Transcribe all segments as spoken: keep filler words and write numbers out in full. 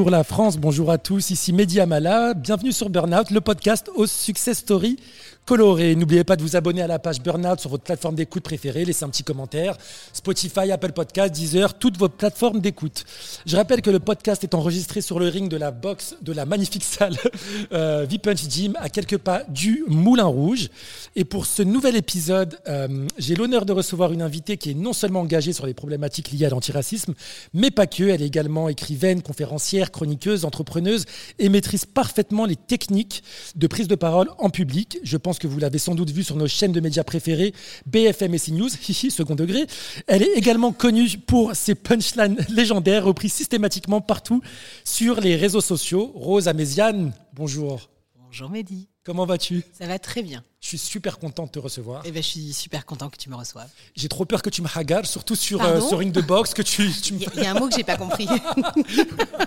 Bonjour la France, bonjour à tous, ici Mehdi Amala, bienvenue sur Burnout, le podcast aux success stories colorées. N'oubliez pas de vous abonner à la page Burnout sur votre plateforme d'écoute préférée, laissez un petit commentaire, Spotify, Apple Podcasts, Deezer, toutes vos plateformes d'écoute. Je rappelle que le podcast est enregistré sur le ring de la boxe de la magnifique salle euh, V-Punch Gym à quelques pas du Moulin Rouge. Et pour ce nouvel épisode, euh, j'ai l'honneur de recevoir une invitée qui est non seulement engagée sur les problématiques liées à l'antiracisme, mais pas que, elle est également écrivaine, conférencière, chroniqueuse, entrepreneuse et maîtrise parfaitement les techniques de prise de parole en public. Je pense que vous l'avez sans doute vu sur nos chaînes de médias préférées, B F M et CNews, hihi, second degré. Elle est également connue pour ses punchlines légendaires, reprises systématiquement partout sur les réseaux sociaux. Rose Améziane, bonjour. Bonjour Mehdi. Comment vas-tu ? Ça va très bien. Je suis super content de te recevoir. Eh ben, je suis super content que tu me reçoives. J'ai trop peur que tu me hagardes, surtout sur euh, ce ring de boxe que tu... tu me... Il y, y a un mot que j'ai pas compris. Pardon ?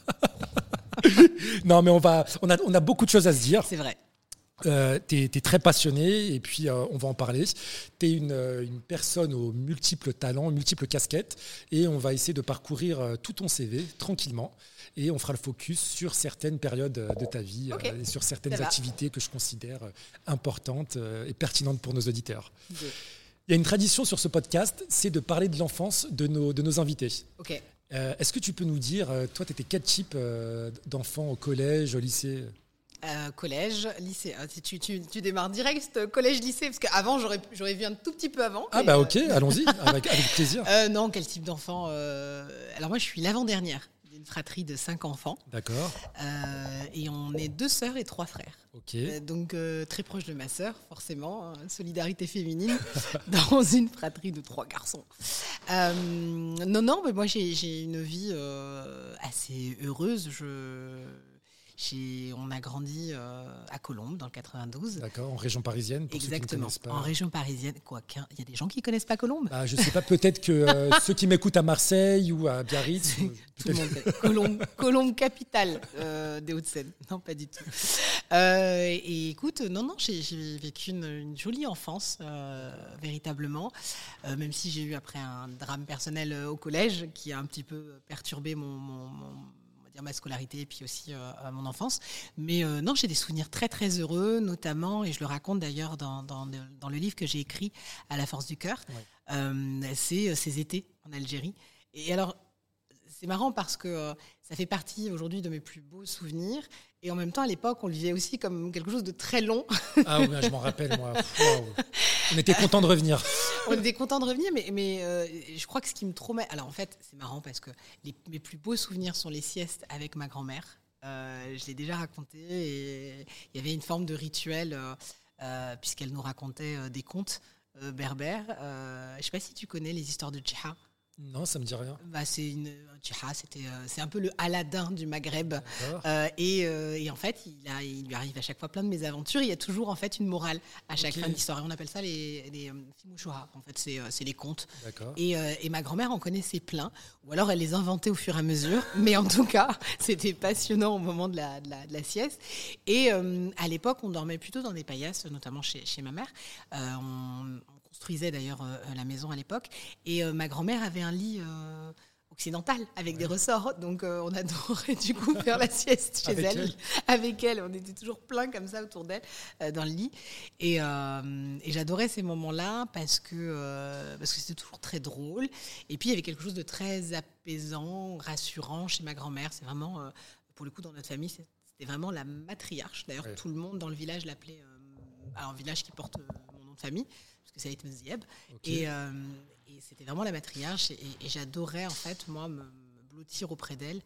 Non, mais on, va, on, a, on a beaucoup de choses à se dire. C'est vrai. Euh, tu es très passionné et puis euh, on va en parler. Tu es une, une personne aux multiples talents, multiples casquettes et on va essayer de parcourir euh, tout ton C V tranquillement et on fera le focus sur certaines périodes de ta vie okay. euh, et sur certaines activités que je considère importantes euh, et pertinentes pour nos auditeurs. Okay. Il y a une tradition sur ce podcast, c'est de parler de l'enfance de nos, de nos invités. Okay. Euh, est-ce que tu peux nous dire, toi tu étais quel type euh, d'enfant au collège, au lycée ? Euh, collège, lycée. Tu, tu, tu démarres direct collège-lycée, parce qu'avant, j'aurais, j'aurais vu un tout petit peu avant. Ah bah ok, euh... allons-y, avec, avec plaisir. Euh, non, quel type d'enfant euh... Alors moi, je suis l'avant-dernière d'une fratrie de cinq enfants. D'accord. Euh, et on est deux sœurs et trois frères. Ok. Euh, donc euh, très proche de ma sœur, forcément, hein, solidarité féminine dans une fratrie de trois garçons. Euh, non, non, mais moi j'ai, j'ai une vie euh, assez heureuse. Je... J'ai, on a grandi euh, à Colombes, dans le quatre-vingt-douze. D'accord, en région parisienne, pour Exactement, ceux qui ne connaissent pas. En région parisienne. Quoi, il y a des gens qui ne connaissent pas Colombes ? Bah, je ne sais pas, peut-être que euh, ceux qui m'écoutent à Marseille ou à Biarritz... Tout le monde fait. Colombes, Colombes capitale euh, des Hauts-de-Seine. Non, pas du tout. Euh, et écoute, non, non, j'ai, j'ai vécu une, une jolie enfance, euh, véritablement, euh, même si j'ai eu après un drame personnel euh, au collège qui a un petit peu perturbé mon... mon, mon ma scolarité et puis aussi euh, à mon enfance. Mais euh, non, j'ai des souvenirs très, très heureux, notamment, et je le raconte d'ailleurs dans, dans, dans le livre que j'ai écrit, À la force du cœur, ouais. euh, c'est ces étés en Algérie. Et alors, c'est marrant parce que euh, ça fait partie aujourd'hui de mes plus beaux souvenirs. Et en même temps, à l'époque, on le vivait aussi comme quelque chose de très long. Ah oui, je m'en rappelle, moi. Wow. On était contents de revenir. On était contents de revenir, mais, mais euh, je crois que ce qui me traumatise... Alors en fait, c'est marrant parce que les, mes plus beaux souvenirs sont les siestes avec ma grand-mère. Euh, je l'ai déjà raconté et il y avait une forme de rituel euh, euh, puisqu'elle nous racontait euh, des contes euh, berbères. Euh, je ne sais pas si tu connais les histoires de Tchiha. Non, ça me dit rien. Bah, c'est une Tchiha, c'était euh, c'est un peu le Aladdin du Maghreb. Euh, et, euh, et en fait, il, a, il lui arrive à chaque fois plein de mésaventures. Il y a toujours en fait une morale à chaque okay. fin d'histoire. Et on appelle ça les les euh, Fimouchoura. En fait, c'est euh, c'est les contes. D'accord. Et, euh, et ma grand-mère en connaissait plein, ou alors elle les inventait au fur et à mesure. Mais en tout cas, c'était passionnant au moment de la de la, de la sieste. Et euh, à l'époque, on dormait plutôt dans des paillasses, notamment chez chez ma mère. Euh, on, construisait d'ailleurs euh, la maison à l'époque et euh, ma grand-mère avait un lit euh, occidental avec ouais. des ressorts, donc euh, on adorait du coup faire la sieste chez avec elle. elle avec elle, on était toujours plein comme ça autour d'elle euh, dans le lit et, euh, et j'adorais ces moments-là parce que euh, parce que c'était toujours très drôle et puis il y avait quelque chose de très apaisant, rassurant chez ma grand-mère. C'est vraiment euh, pour le coup dans notre famille c'était vraiment la matriarche. D'ailleurs ouais. tout le monde dans le village l'appelait euh, alors un village qui porte euh, mon nom de famille que ça a été Mzieb. Okay. Et, euh, et c'était vraiment la matriarche et, et j'adorais en fait moi me, me blottir auprès d'elle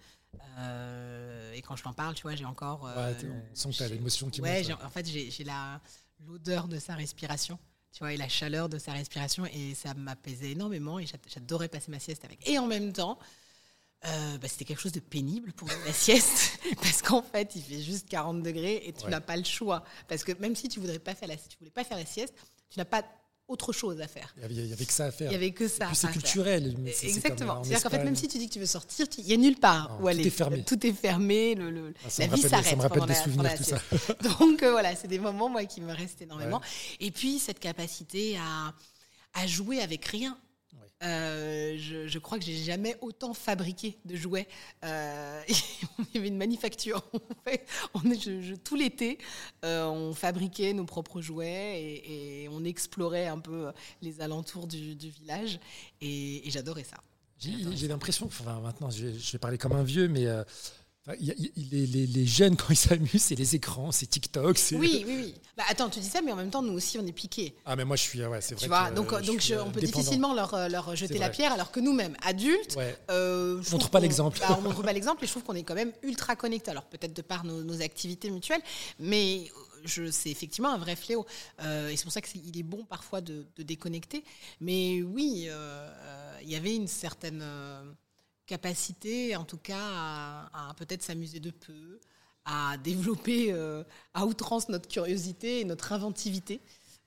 euh, et quand je t'en parle tu vois j'ai encore euh, ouais, on sent que t'as l'émotion qui ouais, monte ouais. En fait j'ai, j'ai la, l'odeur de sa respiration tu vois et la chaleur de sa respiration et ça m'apaisait énormément et j'adorais passer ma sieste avec et en même temps Euh, bah, c'était quelque chose de pénible pour la sieste parce qu'en fait il fait juste quarante degrés et tu ouais. n'as pas le choix parce que même si tu voudrais pas faire la, tu voulais pas faire la sieste tu n'as pas autre chose à faire. Il y avait que ça à faire. Il y avait que ça. Et puis c'est culturel. C'est, Exactement. C'est C'est-à-dire qu'en fait, même si tu dis que tu veux sortir, il n'y a nulle part non, où aller. Tout est fermé. Tout est fermé. Le, le, ah, la vie s'arrête. Ça me rappelle des la, souvenirs, tout ça. Donc euh, voilà, c'est des moments moi qui me restent énormément. Ouais. Et puis cette capacité à, à jouer avec rien. Ouais. Euh, je, je crois que j'ai jamais autant fabriqué de jouets. Euh, il y avait une manufacture. On fait, on est, je, je, tout l'été, euh, on fabriquait nos propres jouets et, et on explorait un peu les alentours du, du village. Et, et j'adorais ça. J'ai, j'ai l'impression, enfin maintenant je vais, je vais parler comme un vieux, mais euh, y a, y, les, les, les jeunes quand ils s'amusent, c'est les écrans, c'est TikTok. C'est... Oui, oui, oui. Bah, attends, tu dis ça, mais en même temps, nous aussi, on est piqués. Ah, mais moi, je suis, ouais, c'est vrai. Tu vois, que, donc, euh, donc je, on peut dépendant. difficilement leur, leur jeter la pierre, alors que nous-mêmes, adultes, ouais. euh, on montre pas l'exemple. Bah, on montre pas l'exemple, et je trouve qu'on est quand même ultra connectés. Alors peut-être de par nos, nos activités mutuelles, mais je, c'est effectivement un vrai fléau. Euh, et c'est pour ça qu'il est bon parfois de, de déconnecter. Mais oui, il euh, y avait une certaine euh, capacité, en tout cas, à, à peut-être s'amuser de peu, à développer euh, à outrance notre curiosité et notre inventivité.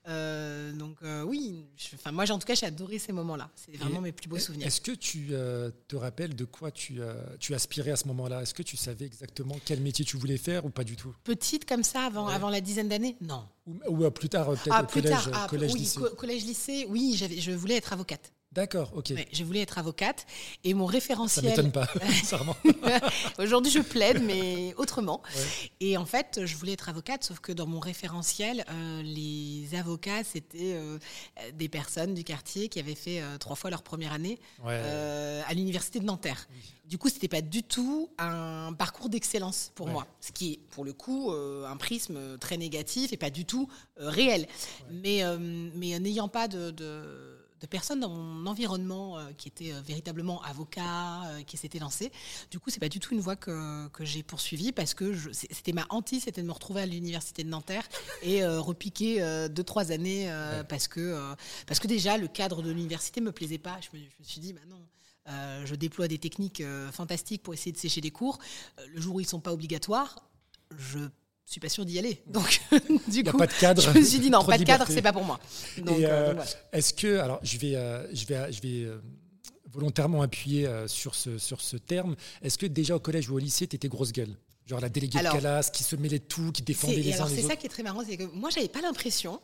Euh, donc euh, oui, je, moi en tout cas j'ai adoré ces moments-là. C'est vraiment et mes plus beaux souvenirs. Est-ce que tu euh, te rappelles de quoi tu, euh, tu aspirais à ce moment-là? Est-ce que tu savais exactement quel métier tu voulais faire ou pas du tout? Petite comme ça, avant, ouais. avant la dizaine d'années? Non. Ou, ou plus tard, peut-être ah, au plus collège, tard, ah, collège, oui, lycée. Co- collège, lycée, oui, j'avais, je voulais être avocate. D'accord, ok. Ouais, je voulais être avocate et mon référentiel. Ça m'étonne pas, sincèrement. Aujourd'hui, je plaide, mais autrement. Ouais. Et en fait, je voulais être avocate, sauf que dans mon référentiel, euh, les avocats, c'était euh, des personnes du quartier qui avaient fait euh, trois fois leur première année ouais. euh, à l'université de Nanterre. Oui. Du coup, c'était pas du tout un parcours d'excellence pour ouais. moi, ce qui est, pour le coup, euh, un prisme très négatif et pas du tout euh, réel. Ouais. Mais, euh, mais n'ayant pas de, de de personnes dans mon environnement euh, qui étaient euh, véritablement avocats, euh, qui s'étaient lancés. Du coup, c'est pas du tout une voie que, que j'ai poursuivie parce que je, c'était ma hantise, c'était de me retrouver à l'université de Nanterre et euh, repiquer euh, deux, trois années euh, ouais. parce, que, euh, parce que déjà, le cadre de l'université me plaisait pas. Je me, je me suis dit, bah non, euh, je déploie des techniques euh, fantastiques pour essayer de sécher les cours. Euh, le jour où ils sont pas obligatoires, je je suis pas sûre d'y aller. Donc, du coup, pas de cadre, je me suis dit non, pas de cadre, c'est pas pour moi. Donc, Et, euh, euh, donc voilà. Est-ce que, alors, je vais, euh, je vais, je vais euh, volontairement appuyer euh, sur ce sur ce terme. Est-ce que déjà au collège ou au lycée, tu étais grosse gueule, genre la déléguée alors, de classe qui se mêlait de tout, qui défendait les alors, uns les autres? C'est ça qui est très marrant, c'est que moi, j'avais pas l'impression.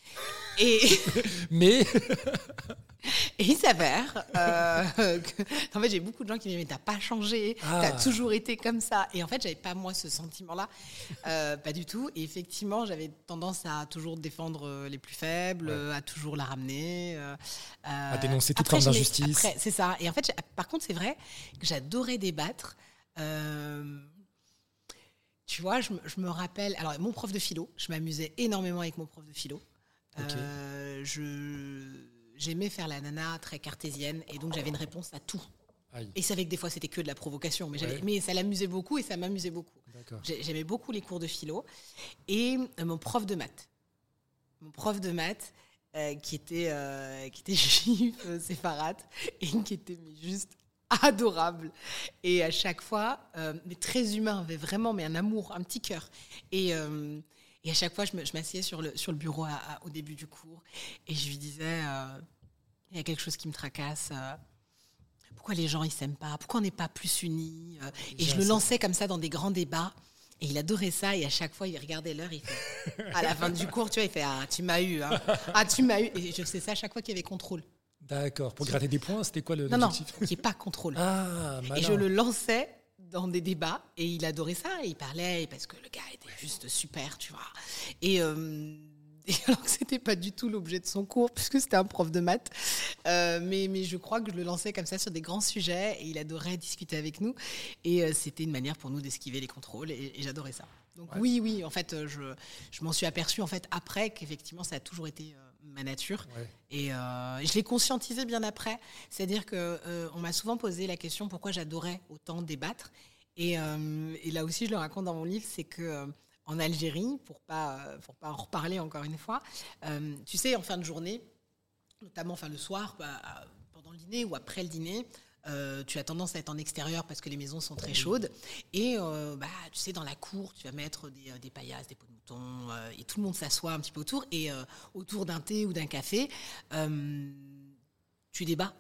Et mais et il s'avère euh, que, en fait, j'ai beaucoup de gens qui me disent mais t'as pas changé, ah. t'as toujours été comme ça. Et en fait, j'avais pas moi ce sentiment-là, euh, pas du tout. Et effectivement, j'avais tendance à toujours défendre les plus faibles, ouais. à toujours la ramener, euh, à dénoncer toute forme d'injustice. C'est ça. Et en fait, par contre, c'est vrai que j'adorais débattre. Euh, tu vois, je, je me rappelle. Alors, mon prof de philo, je m'amusais énormément avec mon prof de philo. Okay. Euh, je, j'aimais faire la nana très cartésienne et donc j'avais une réponse à tout. Aïe. Et c'est vrai que des fois c'était que de la provocation, mais, j'avais, ouais. mais ça l'amusait beaucoup et ça m'amusait beaucoup. J'aimais beaucoup les cours de philo et euh, mon prof de maths, mon prof de maths euh, qui était euh, qui était juif euh, séfarade et qui était mais juste adorable et à chaque fois euh, mais très humain, avait vraiment mais un amour, un petit cœur et euh, Et à chaque fois, je, me, je m'asseyais sur le, sur le bureau à, à, au début du cours et je lui disais, euh, il y a quelque chose qui me tracasse. Euh, pourquoi les gens, ils s'aiment pas? Pourquoi on n'est pas plus unis? euh, Et je le lançais comme ça dans des grands débats. Et il adorait ça. Et à chaque fois, il regardait l'heure. Il fait, à la fin du cours, tu vois, il fait, ah, tu m'as eu. Hein. Ah, tu m'as eu. Et je faisais ça à chaque fois qu'il y avait contrôle. D'accord. Pour gratter des points, c'était quoi le, non, l'objectif? Non, qu'il n'y ait pas contrôle. Ah, malin. Et je le lançais dans des débats et il adorait ça et il parlait parce que le gars était juste super, tu vois. Et, euh, et alors que c'était pas du tout l'objet de son cours puisque c'était un prof de maths, euh, mais mais je crois que je le lançais comme ça sur des grands sujets et il adorait discuter avec nous et euh, c'était une manière pour nous d'esquiver les contrôles et, et j'adorais ça. Donc ouais. oui oui, en fait je je m'en suis aperçue en fait après qu'effectivement ça a toujours été euh, ma nature ouais. et euh, je l'ai conscientisé bien après, c'est-à-dire que euh, on m'a souvent posé la question pourquoi j'adorais autant débattre et, euh, et là aussi je le raconte dans mon livre, c'est que euh, en Algérie, pour pas pour pas en reparler encore une fois, euh, tu sais en fin de journée, notamment enfin le soir, bah, pendant le dîner ou après le dîner. Euh, tu as tendance à être en extérieur parce que les maisons sont très chaudes et euh, bah, tu sais dans la cour tu vas mettre des, des paillasses, des pots de mouton euh, et tout le monde s'assoit un petit peu autour et euh, autour d'un thé ou d'un café euh, tu débats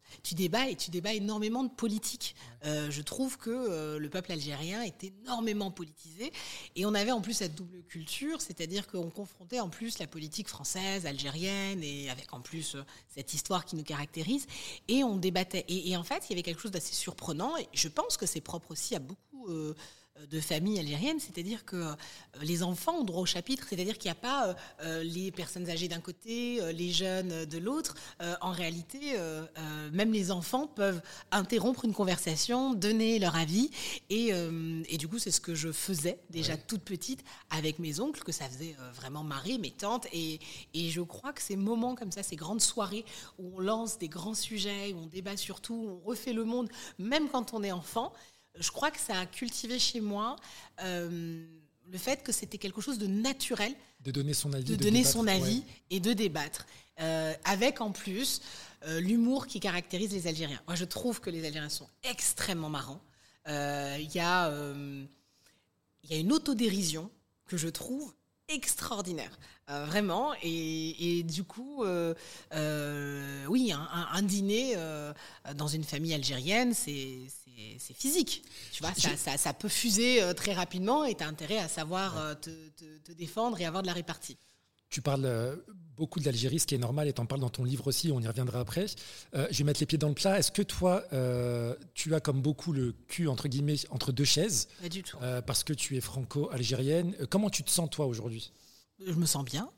Tu débats et tu débats énormément de politique. Euh, je trouve que euh, le peuple algérien est énormément politisé et on avait en plus cette double culture, c'est-à-dire qu'on confrontait en plus la politique française, algérienne et avec en plus euh, cette histoire qui nous caractérise et on débattait. Et, et en fait, il y avait quelque chose d'assez surprenant et je pense que c'est propre aussi à beaucoup euh, de familles algériennes, c'est-à-dire que euh, les enfants ont droit au chapitre, c'est-à-dire qu'il n'y a pas euh, les personnes âgées d'un côté, euh, les jeunes de l'autre. Euh, en réalité, euh, euh, même les enfants peuvent interrompre une conversation, donner leur avis, et, euh, et du coup, c'est ce que je faisais déjà ouais. toute petite avec mes oncles, que ça faisait euh, vraiment marrer, mes tantes, et, et je crois que ces moments comme ça, ces grandes soirées où on lance des grands sujets, où on débat sur tout, où on refait le monde, même quand on est enfant, je crois que ça a cultivé chez moi euh, le fait que c'était quelque chose de naturel. De donner son avis. De, de donner débattre, son avis ouais. et de débattre. Euh, avec en plus euh, l'humour qui caractérise les Algériens. Moi, je trouve que les Algériens sont extrêmement marrants. Il euh, y, euh, y a une autodérision que je trouve extraordinaire, euh, vraiment. Et, et du coup, euh, euh, oui, un, un, un dîner euh, dans une famille algérienne, c'est, c'est, c'est physique. Tu vois, ça, ça, ça peut fuser euh, très rapidement et tu as intérêt à savoir euh, te, te, te défendre et avoir de la répartie. Tu parles euh, beaucoup de l'Algérie, ce qui est normal, et tu en parles dans ton livre aussi, on y reviendra après. Euh, je vais mettre les pieds dans le plat. Est-ce que toi, euh, tu as comme beaucoup le cul, entre guillemets, entre deux chaises ? Pas du tout. Euh, parce que tu es franco-algérienne. Euh, comment tu te sens, toi, aujourd'hui ? Je me sens bien.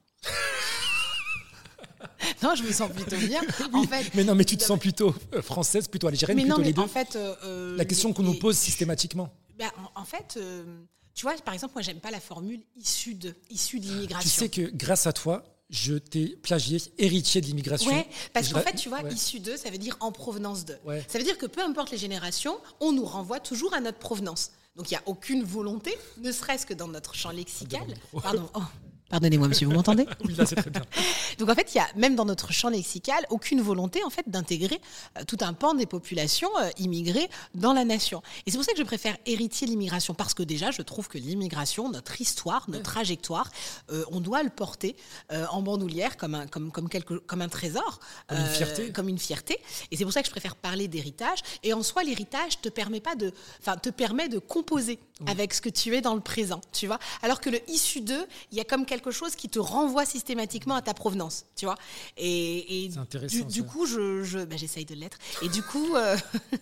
Non, je me sens plutôt bien. Oui, en fait, mais non, mais tu te sens plutôt française, plutôt algérienne, mais plutôt non, mais les deux. En fait, euh, la question les, qu'on nous les, pose systématiquement. Ben, en, en fait, euh, tu vois, par exemple, moi, j'aime pas la formule issue de, issue de l'immigration. Tu sais que grâce à toi, je t'ai plagié, héritier de l'immigration. Ouais, parce je qu'en la... fait, tu vois, ouais. issu de, ça veut dire en provenance de. Ouais. Ça veut dire que peu importe les générations, on nous renvoie toujours à notre provenance. Donc, il n'y a aucune volonté, ne serait-ce que dans notre champ lexical. Pardon. Oh. Pardonnez-moi, monsieur, vous m'entendez ? Oui, là, c'est très bien. Donc, en fait, il y a, même dans notre champ lexical, aucune volonté, en fait, d'intégrer euh, tout un pan des populations euh, immigrées dans la nation. Et c'est pour ça que je préfère héritier l'immigration, parce que déjà, je trouve que l'immigration, notre histoire, notre trajectoire, euh, on doit le porter euh, en bandoulière comme un, comme, comme, quelque, comme un trésor. Comme une fierté. Euh, comme une fierté. Et c'est pour ça que je préfère parler d'héritage. Et en soi, l'héritage te permet pas de, enfin, te permet de composer oui. avec ce que tu es dans le présent, tu vois. Alors que le issu d'eux, il y a comme quelque chose qui te renvoie systématiquement à ta provenance, tu vois. Et, et c'est intéressant, du, du coup, je, je bah, j'essaye de l'être. Et du coup, euh,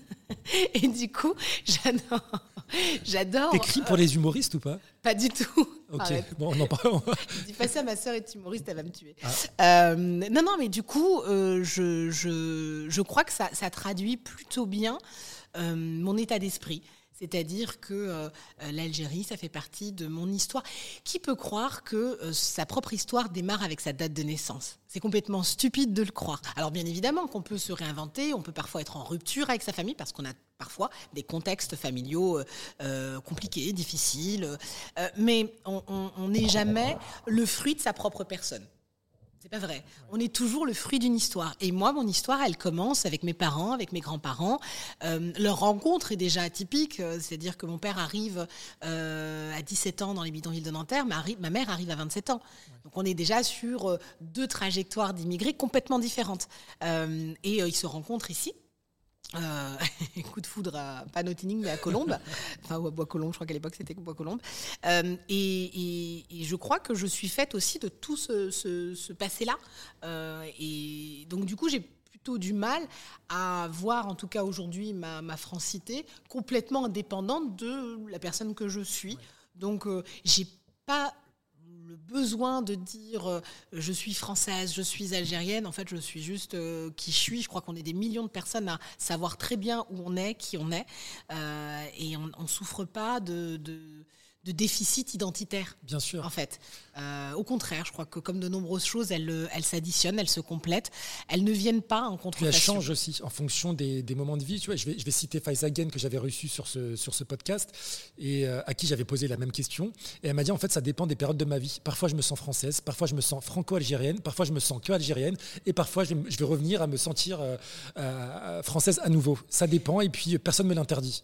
et du coup, j'adore. J'adore. T'écris pour euh, les humoristes ou pas ? Pas du tout. Ok. Arrête. Bon, on en parle. Dis pas ça, ma sœur est humoriste, elle va me tuer. Ah. Euh, non, non, mais du coup, euh, je, je, je crois que ça, ça traduit plutôt bien euh, mon état d'esprit. C'est-à-dire que euh, l'Algérie, ça fait partie de mon histoire. Qui peut croire que euh, sa propre histoire démarre avec sa date de naissance ? C'est complètement stupide de le croire. Alors bien évidemment qu'on peut se réinventer, on peut parfois être en rupture avec sa famille parce qu'on a parfois des contextes familiaux euh, compliqués, difficiles, euh, mais on n'est jamais le fruit de sa propre personne. C'est pas vrai. On est toujours le fruit d'une histoire. Et moi, mon histoire, elle commence avec mes parents, avec mes grands-parents. Euh, leur rencontre est déjà atypique. C'est-à-dire que mon père arrive euh, à dix-sept ans dans les bidonvilles de Nanterre, ma, ma mère arrive à vingt-sept ans. Donc on est déjà sur deux trajectoires d'immigrés complètement différentes. Euh, et euh, ils se rencontrent ici. Euh, coup de foudre à pas Nottingham mais à Colombes, enfin ou à Bois-Colombes, je crois qu'à l'époque c'était Bois-Colombes. Euh, et, et, et je crois que je suis faite aussi de tout ce, ce, ce passé-là. Euh, et donc du coup j'ai plutôt du mal à voir, en tout cas aujourd'hui, ma, ma francité complètement indépendante de la personne que je suis. Ouais. Donc euh, j'ai pas le besoin de dire euh, je suis française, je suis algérienne. En fait, je suis juste euh, qui je suis. Je crois qu'on est des millions de personnes à savoir très bien où on est, qui on est. Euh, et on ne souffre pas de, de, de déficit identitaire. Bien sûr. En fait. Euh, au contraire, je crois que comme de nombreuses choses, elles, elles s'additionnent, elles se complètent. Elles ne viennent pas en contrefaçon. Puis elles changent aussi en fonction des, des moments de vie. Tu vois, je, vais, je vais citer Faiza Ghen que j'avais reçue sur ce, sur ce podcast et euh, à qui j'avais posé la même question. Et elle m'a dit, en fait, ça dépend des périodes de ma vie. Parfois, je me sens française, parfois, je me sens franco-algérienne, parfois, je me sens que algérienne et parfois, je vais, je vais revenir à me sentir euh, euh, française à nouveau. Ça dépend et puis, personne ne me l'interdit.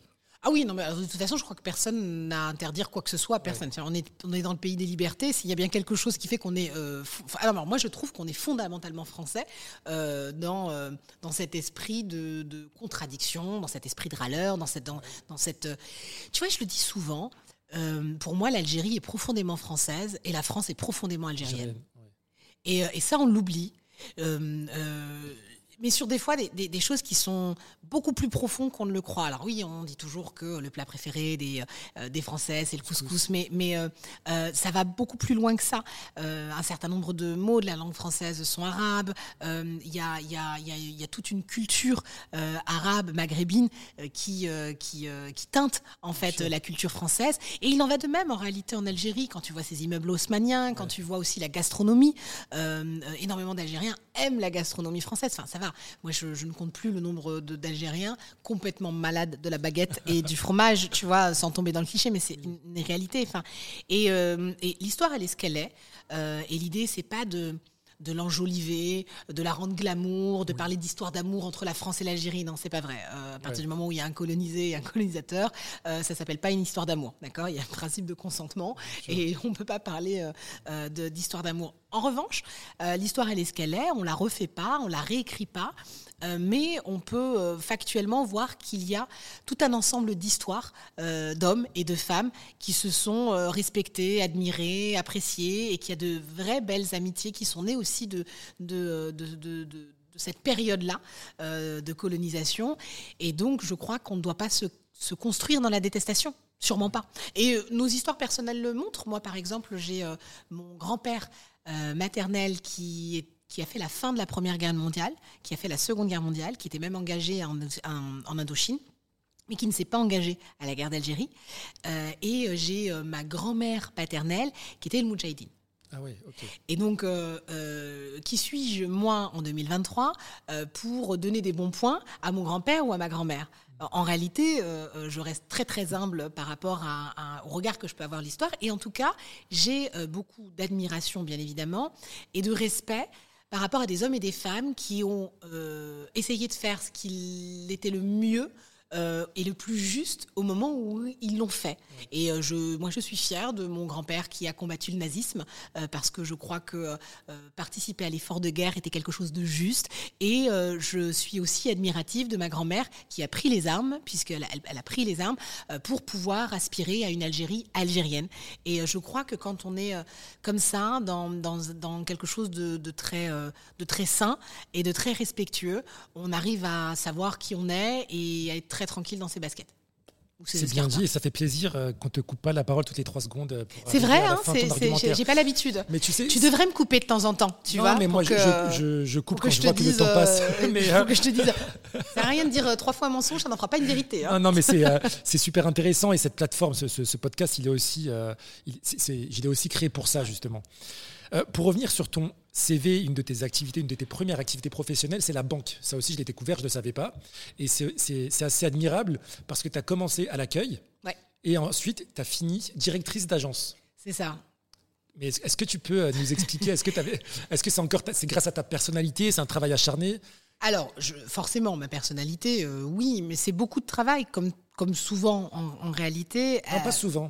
Ah oui, non, mais de toute façon, je crois que personne n'a à interdire quoi que ce soit à personne. Ouais. On est, on est dans le pays des libertés. S'il y a bien quelque chose qui fait qu'on est... Euh, f... Alors, moi, je trouve qu'on est fondamentalement français euh, dans, euh, dans cet esprit de, de contradiction, dans cet esprit de râleur, dans cette... Dans, dans cette euh... Tu vois, je le dis souvent, euh, pour moi, l'Algérie est profondément française et la France est profondément algérienne. Ouais. Et, et ça, on l'oublie. Euh, euh, mais sur des fois des, des, des choses qui sont beaucoup plus profondes qu'on ne le croit. Alors oui, on dit toujours que le plat préféré des, euh, des Français, c'est le couscous, mais, mais euh, euh, ça va beaucoup plus loin que ça. Euh, un certain nombre de mots de la langue française sont arabes. Il euh, y, a, y, a, y, a, y a toute une culture euh, arabe, maghrébine, euh, qui, euh, qui, euh, qui teinte en fait la culture française. Et il en va de même en réalité en Algérie, quand tu vois ces immeubles haussmanniens, quand ouais. tu vois aussi la gastronomie. Euh, énormément d'Algériens aiment la gastronomie française. Enfin, ça va. Moi, je, je ne compte plus le nombre de, d'Algériens complètement malades de la baguette et du fromage, tu vois, sans tomber dans le cliché, mais c'est une, une réalité. Enfin, et, euh, et l'histoire, elle est ce qu'elle est. Euh, et l'idée, c'est pas de... de l'enjoliver, de la rendre glamour, de oui. parler d'histoire d'amour entre la France et l'Algérie. Non, c'est pas vrai. Euh, à partir ouais. du moment où il y a un colonisé et un colonisateur, euh, ça s'appelle pas une histoire d'amour, d'accord ? Il y a un principe de consentement sure. et on peut pas parler euh, euh, de, d'histoire d'amour. En revanche, euh, l'histoire, elle est ce qu'elle est. On la refait pas, on la réécrit pas. Euh, mais on peut euh, factuellement voir qu'il y a tout un ensemble d'histoires euh, d'hommes et de femmes qui se sont euh, respectés, admirés, appréciés, et qu'il y a de vraies belles amitiés qui sont nées aussi de, de, de, de, de, de cette période-là euh, de colonisation. Et donc, je crois qu'on ne doit pas se, se construire dans la détestation. Sûrement pas. Et euh, nos histoires personnelles le montrent. Moi, par exemple, j'ai euh, mon grand-père euh, maternel qui est qui a fait la fin de la Première Guerre mondiale, qui a fait la Seconde Guerre mondiale, qui était même engagé en, en, en Indochine, mais qui ne s'est pas engagé à la guerre d'Algérie. Euh, et j'ai euh, ma grand-mère paternelle, qui était le Moudjahidine. Ah oui, ok. Et donc, euh, euh, qui suis-je, moi, en deux mille vingt-trois, euh, pour donner des bons points à mon grand-père ou à ma grand-mère ? En réalité, euh, je reste très, très humble par rapport à, à, au regard que je peux avoir de l'histoire. Et en tout cas, j'ai euh, beaucoup d'admiration, bien évidemment, et de respect par rapport à des hommes et des femmes qui ont euh, essayé de faire ce qu'il était le mieux euh, et le plus juste au moment où ils l'ont fait. Ouais. Et euh, je, moi, je suis fière de mon grand-père qui a combattu le nazisme euh, parce que je crois que euh, participer à l'effort de guerre était quelque chose de juste. Et euh, je suis aussi admirative de ma grand-mère qui a pris les armes, puisqu'elle elle, elle a pris les armes euh, pour pouvoir aspirer à une Algérie algérienne. Et euh, je crois que quand on est euh, comme ça, dans, dans, dans quelque chose de, de, très, euh, de très sain et de très respectueux, on arrive à savoir qui on est et à être très tranquille dans ses baskets. C'est bien dit et ça fait plaisir euh, qu'on ne te coupe pas la parole toutes les trois secondes. Pour c'est vrai, hein, c'est, c'est, j'ai, j'ai pas l'habitude. Mais tu sais, tu devrais me couper de temps en temps, tu non, vois. mais moi, que, je, je, je coupe quand je, je vois que le temps passe. Euh, mais faut que je te dise, ça sert à rien de dire euh, trois fois un mensonge, ça n'en fera pas une vérité. Hein. Non, non, mais c'est, euh, c'est super intéressant et cette plateforme, ce, ce, ce podcast, il est aussi, euh, il, c'est, c'est, je l'ai aussi créé pour ça justement. Euh, pour revenir sur ton C V, une de tes activités, une de tes premières activités professionnelles, c'est la banque. Ça aussi, je l'ai découvert, je ne le savais pas. Et c'est, c'est, c'est assez admirable parce que tu as commencé à l'accueil ouais. et ensuite, tu as fini directrice d'agence. C'est ça. Mais est-ce, est-ce que tu peux nous expliquer, est-ce que, est-ce que c'est, encore ta, c'est grâce à ta personnalité, c'est un travail acharné ? Alors, je, forcément, ma personnalité, euh, oui, mais c'est beaucoup de travail, comme, comme souvent en, en réalité. Non, euh... pas souvent.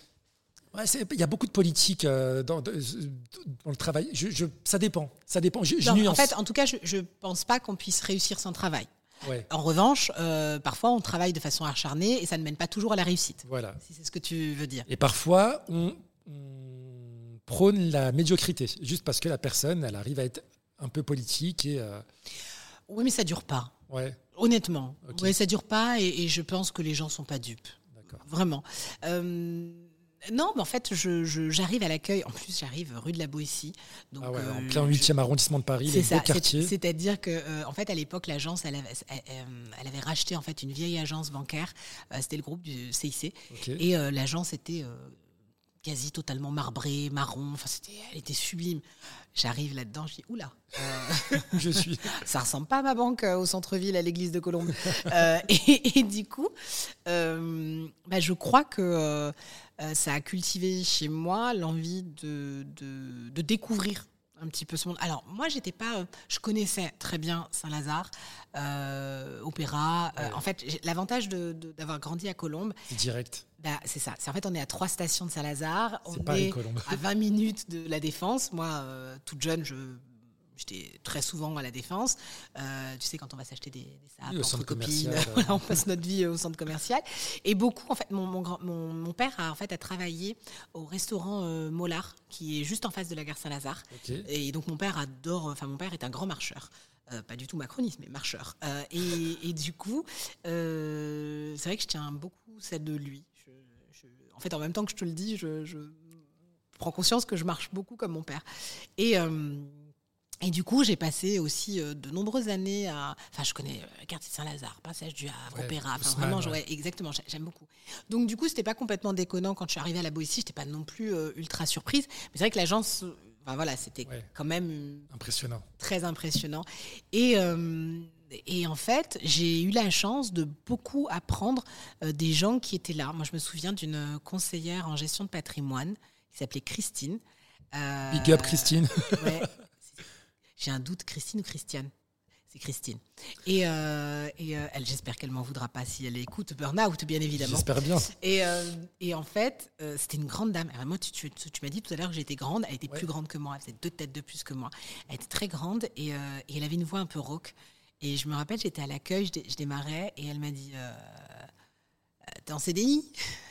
Ouais, il y a beaucoup de politique euh, dans, dans, dans le travail. Je, je, ça dépend. Ça dépend. Je, je non, nuance. En fait, en tout cas, je ne pense pas qu'on puisse réussir sans travail. Ouais. En revanche, euh, parfois, on travaille de façon acharnée et ça ne mène pas toujours à la réussite. Voilà. Si c'est ce que tu veux dire. Et parfois, on, on prône la médiocrité, juste parce que la personne, elle arrive à être un peu politique. Et, euh... Oui, mais ça ne dure pas. Ouais. Honnêtement. Okay. Oui, ça ne dure pas et, et je pense que les gens ne sont pas dupes. D'accord. Vraiment. Euh... Non, mais en fait, je, je, j'arrive à l'accueil. En plus, j'arrive rue de la Boétie. Donc, ah ouais, euh, en plein huitième arrondissement de Paris, c'est les ça, beaux quartiers. C'est, c'est-à-dire que, euh, en fait, à l'époque, l'agence, elle avait, elle, elle avait racheté en fait une vieille agence bancaire. Euh, c'était le groupe du C I C. Okay. Et euh, l'agence était euh, quasi totalement marbrée, marron. Enfin, c'était, elle était sublime. J'arrive là-dedans, je dis oula. Euh, je suis. Ça ressemble pas à ma banque euh, au centre-ville, à l'église de Colombes. euh, et, et du coup, euh, bah, je crois que euh, ça a cultivé chez moi l'envie de, de, de découvrir un petit peu ce monde. Alors, moi, j'étais pas... Euh, je connaissais très bien Saint-Lazare, euh, Opéra. Euh, Ouais. En fait, j'ai, l'avantage de, de, d'avoir grandi à Colombes, C'est direct. bah, c'est ça. C'est, en fait, on est à trois stations de Saint-Lazare. C'est On Paris, est Colombes. à vingt minutes de la Défense. Moi, euh, toute jeune, je... J'étais très souvent à la Défense. Euh, tu sais, quand on va s'acheter des, des sapes Oui, au entre centre copines, commercial, euh. voilà, on passe notre vie au centre commercial. Et beaucoup, en fait, mon, mon, grand- mon, mon père a, en fait, a travaillé au restaurant euh, Mollard, qui est juste en face de la gare Saint-Lazare. Ok. Et donc, mon père adore... Enfin, mon père est un grand marcheur. Euh, pas du tout macroniste, mais marcheur. Euh, et, et du coup, euh, c'est vrai que je tiens beaucoup celle de lui. Je, je, en fait, en même temps que je te le dis, je, je prends conscience que je marche beaucoup comme mon père. Et... Euh, Et du coup, j'ai passé aussi euh, de nombreuses années à... Enfin, je connais euh, quartier de Saint-Lazare, Passage du Havre, Ouais, Opéra. Enfin, Haussmann, vraiment, je- ouais. ouais, exactement, j'ai- j'aime beaucoup. Donc, du coup, c'était pas complètement déconnant quand je suis arrivée à la Boétie. J'étais pas non plus euh, ultra surprise. Mais c'est vrai que l'agence... euh, Enfin, voilà, c'était Ouais. quand même euh, Impressionnant. très impressionnant. Et... euh, et en fait, j'ai eu la chance de beaucoup apprendre euh, des gens qui étaient là. Moi, je me souviens d'une conseillère en gestion de patrimoine qui s'appelait Christine. Euh, Big up, Christine. Ouais. J'ai un doute, Christine ou Christiane? C'est Christine. Et, euh, et euh, elle, j'espère qu'elle m'en voudra pas si elle écoute Burnout, bien évidemment. J'espère bien. Et, euh, et en fait, euh, c'était une grande dame. Alors moi, tu, tu, tu m'as dit tout à l'heure que j'étais grande. Elle était Ouais. plus grande que moi. Elle faisait deux têtes de plus que moi. Elle était très grande et, euh, et elle avait une voix un peu rauque. Et je me rappelle, j'étais à l'accueil, je, dé- je démarrais et elle m'a dit euh, euh, t'es en C D I?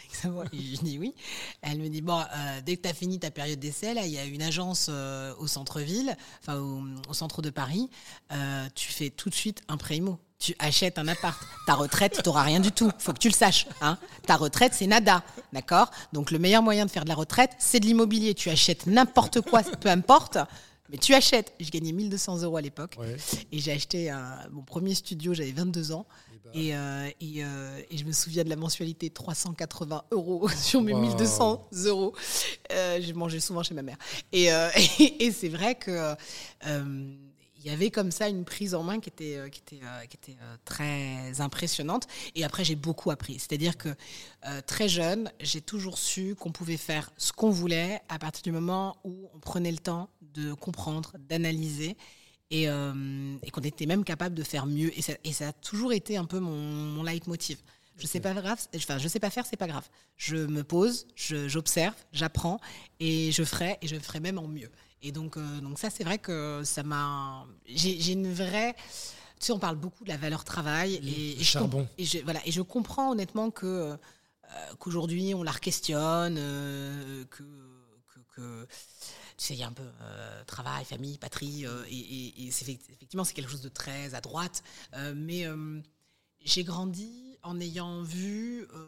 Et je dis oui. Elle me dit bon, euh, dès que tu as fini ta période d'essai, là, il y a une agence euh, au centre-ville, enfin au, au centre de Paris. Euh, tu fais tout de suite un pré immo. Tu achètes un appart. Ta retraite, tu n'auras rien du tout. Faut que tu le saches. Hein. Ta retraite, c'est nada. D'accord? Donc, le meilleur moyen de faire de la retraite, c'est de l'immobilier. Tu achètes n'importe quoi, peu importe. Mais tu achètes. Je gagnais mille deux cents euros à l'époque. Ouais. Et j'ai acheté un- mon premier studio, j'avais vingt-deux ans. Et bah, Et, euh, et, euh, et je me souviens de la mensualité trois cent quatre-vingts euros sur mes Wow. mille deux cents euros. Euh, j'ai mangé souvent chez ma mère. Et, euh, et, et c'est vrai que euh, il y avait comme ça une prise en main qui était, euh, qui était, euh, qui était euh, très impressionnante. Et après, j'ai beaucoup appris. C'est-à-dire que euh, très jeune, j'ai toujours su qu'on pouvait faire ce qu'on voulait à partir du moment où on prenait le temps de comprendre, d'analyser. Et, euh, et qu'on était même capable de faire mieux. Et ça, et ça a toujours été un peu mon, mon leitmotiv. Je sais pas grave, enfin, je sais pas faire, c'est pas grave. Je me pose, je, j'observe, j'apprends et je ferai, et je ferai même en mieux. Et donc, euh, donc ça, c'est vrai que ça m'a. J'ai, j'ai une vraie. Tu sais, on parle beaucoup de la valeur travail Oui, et, le et je charbon. comp- et je, voilà, et je comprends honnêtement que euh, qu'aujourd'hui on la questionne, euh, que, que, que tu sais, il y a un peu euh, travail, famille, patrie, euh, et, et, et c'est, effectivement, c'est quelque chose de très à droite. Euh, mais euh, j'ai grandi en ayant vu, euh,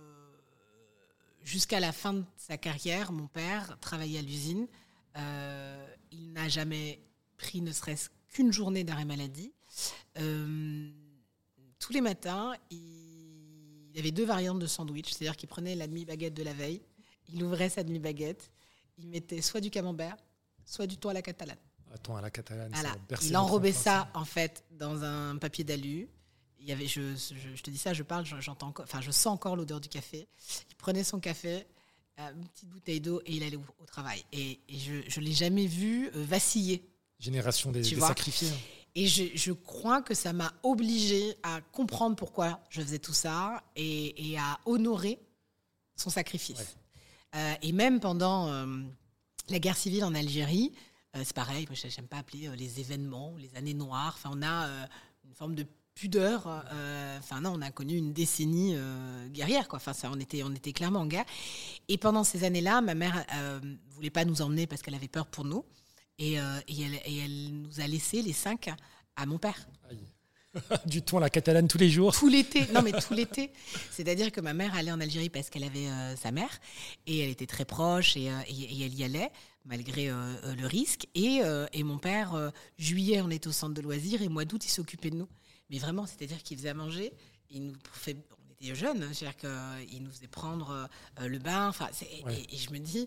jusqu'à la fin de sa carrière, mon père travailler à l'usine. Euh, il n'a jamais pris ne serait-ce qu'une journée d'arrêt maladie. Euh, tous les matins, il, il avait deux variantes de sandwich, c'est-à-dire qu'il prenait la demi-baguette de la veille, il ouvrait sa demi-baguette, il mettait soit du camembert, soit du thon à la catalane. Attends, à la catalane, Voilà. ça va bercer Il enrobait votre ça, enfance. en fait, dans un papier d'alu. Il y avait, je, je, je te dis ça, je parle, j'entends encore, enfin, je sens encore l'odeur du café. Il prenait son café, euh, une petite bouteille d'eau et il allait au, au travail. Et, et je ne l'ai jamais vu euh, vaciller. Génération des, Tu des vois. sacrifiés. hein. Et je, je crois que ça m'a obligée à comprendre pourquoi je faisais tout ça et, et à honorer son sacrifice. Ouais. Euh, et même pendant euh, la guerre civile en Algérie, euh, c'est pareil, moi, j'aime pas appeler euh, les événements, les années noires. Enfin, on a euh, une forme de pudeur. Euh, enfin, non, on a connu une décennie euh, guerrière, quoi. Enfin, ça, on était, on était clairement en guerre. Et pendant ces années-là, ma mère euh, voulait pas nous emmener parce qu'elle avait peur pour nous. Et, euh, et, elle, et elle nous a laissé les cinq à mon père. Aïe. Du thon à la catalane tous les jours. Tout l'été, non mais tout l'été. C'est-à-dire que ma mère allait en Algérie parce qu'elle avait euh, sa mère et elle était très proche et, euh, et, et elle y allait malgré euh, le risque. Et, euh, et mon père, euh, juillet, on était au centre de loisirs et mois d'août, il s'occupait de nous. Mais vraiment, c'est-à-dire qu'il faisait à manger, il nous fait, on était jeunes, c'est-à-dire qu'il nous faisait prendre euh, le bain. Enfin, c'est, Ouais. et, et je me dis,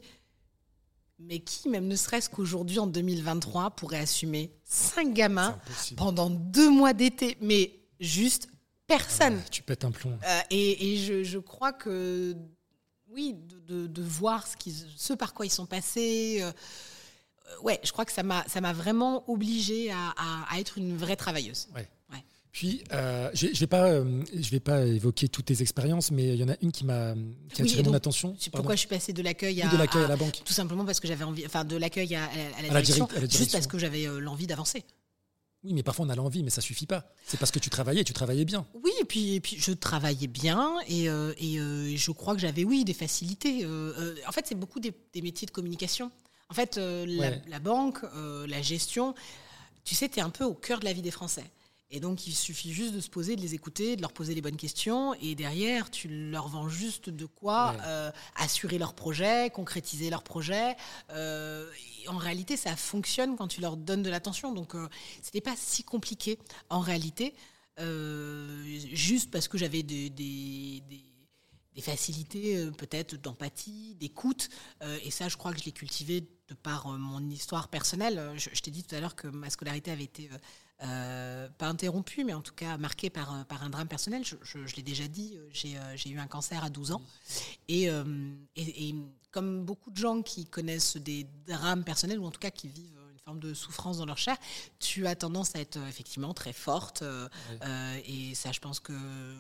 mais qui, même ne serait-ce qu'aujourd'hui, en deux mille vingt-trois, pourrait assumer cinq C'est gamins impossible. pendant deux mois d'été, mais juste personne. Ouais, tu pètes un plomb. Euh, et et je, je crois que, oui, de, de, de voir ce, qu'ils, ce par quoi ils sont passés, euh, ouais, je crois que ça m'a, ça m'a vraiment obligée à, à, à être une vraie travailleuse. Ouais. Ouais. Puis, euh, je ne vais pas, euh, je vais pas évoquer toutes tes expériences, mais il y en a une qui m'a qui a Oui, attiré donc, mon attention. C'est Pardon. pourquoi je suis passée de l'accueil à, Oui, de l'accueil à, à la banque. Tout simplement parce que j'avais envie, enfin de l'accueil à, à, à la À la direction, direct- à la juste direction. parce que j'avais euh, l'envie d'avancer. Oui, mais parfois on a l'envie, mais ça suffit pas. C'est parce que tu travaillais, tu travaillais bien. Oui, et puis, et puis je travaillais bien et, euh, et euh, je crois que j'avais, oui, des facilités. Euh, euh, en fait, c'est beaucoup des, des métiers de communication. En fait, euh, la, Ouais. la banque, euh, la gestion, tu sais, tu es un peu au cœur de la vie des Français. Et donc, il suffit juste de se poser, de les écouter, de leur poser les bonnes questions. Et derrière, tu leur vends juste de quoi Ouais. euh, assurer leurs projets, concrétiser leurs projets. Euh, et en réalité, ça fonctionne quand tu leur donnes de l'attention. Donc, euh, c'était pas si compliqué en réalité. Euh, juste parce que j'avais des, des, des, des facilités euh, peut-être d'empathie, d'écoute. Euh, et ça, je crois que je l'ai cultivé de par euh, mon histoire personnelle. Je, je t'ai dit tout à l'heure que ma scolarité avait été... Euh, Euh, pas interrompu, mais en tout cas marqué par, par un drame personnel. Je, je, je l'ai déjà dit, j'ai, euh, j'ai eu un cancer à douze ans. Et, euh, et, et comme beaucoup de gens qui connaissent des drames personnels, ou en tout cas qui vivent une forme de souffrance dans leur chair, tu as tendance à être effectivement très forte. Euh, oui. euh, et ça, je pense que...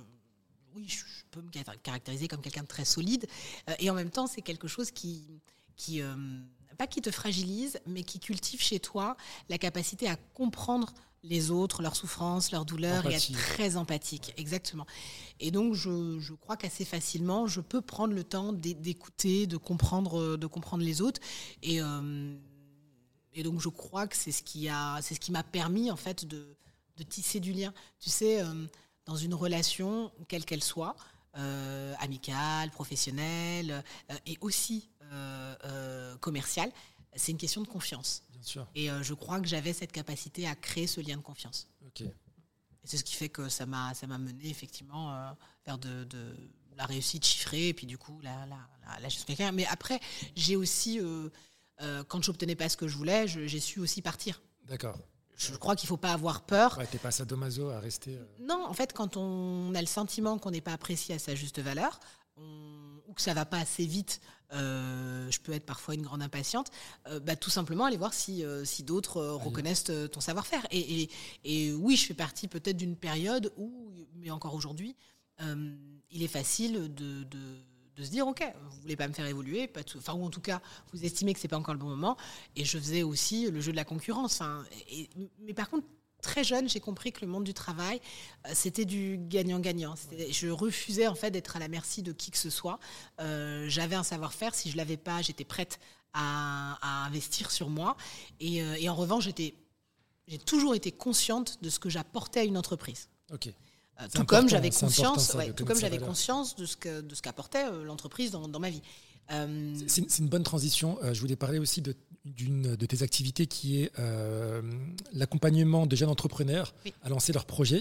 Oui, je peux me caractériser comme quelqu'un de très solide. Euh, et en même temps, c'est quelque chose qui... qui euh, pas qui te fragilise, mais qui cultive chez toi la capacité à comprendre les autres, leurs souffrances, leurs douleurs, Empathie. Et être très empathique. Exactement. Et donc, je, je crois qu'assez facilement, je peux prendre le temps d'écouter, de comprendre, de comprendre les autres. Et, euh, et donc, je crois que c'est ce qui a, c'est ce qui m'a permis, en fait, de, de tisser du lien. Tu sais, euh, dans une relation, quelle qu'elle soit, euh, amicale, professionnelle, euh, et aussi euh, euh, commerciale, c'est une question de confiance. Bien sûr. Et euh, je crois que j'avais cette capacité à créer ce lien de confiance. Ok. Et c'est ce qui fait que ça m'a, ça m'a mené effectivement euh, vers de, de la réussite chiffrée et puis du coup la, la, la, la gestion de quelqu'un. Mais après, j'ai aussi, euh, euh, quand je n'obtenais pas ce que je voulais, je, j'ai su aussi partir. D'accord. Je crois qu'il ne faut pas avoir peur. Ouais, t'es pas sadomaso à rester... Euh... Non, en fait, quand on a le sentiment qu'on n'est pas apprécié à sa juste valeur, on, ou que ça ne va pas assez vite, euh, je peux être parfois une grande impatiente, euh, bah, tout simplement aller voir si, euh, si d'autres euh, reconnaissent euh, ton savoir-faire. Et, et, et oui, je fais partie peut-être d'une période où, mais encore aujourd'hui, euh, il est facile de... de de se dire, OK, vous voulez pas me faire évoluer, pas tout, enfin, ou en tout cas, vous estimez que c'est pas encore le bon moment. Et je faisais aussi le jeu de la concurrence. Enfin, et, mais par contre, très jeune, j'ai compris que le monde du travail, euh, c'était du gagnant-gagnant. C'était, je refusais en fait d'être à la merci de qui que ce soit. Euh, j'avais un savoir-faire. Si je l'avais pas, j'étais prête à, à investir sur moi. Et, euh, et en revanche, j'étais, j'ai toujours été consciente de ce que j'apportais à une entreprise. OK. Euh, tout comme j'avais conscience, ça, ouais, tout comme j'avais conscience de ce que de ce qu'apportait euh, l'entreprise dans, dans ma vie. Euh... C'est, c'est une bonne transition. Euh, je voulais parler aussi de, d'une de tes activités qui est euh, l'accompagnement de jeunes entrepreneurs oui. à lancer leurs projets.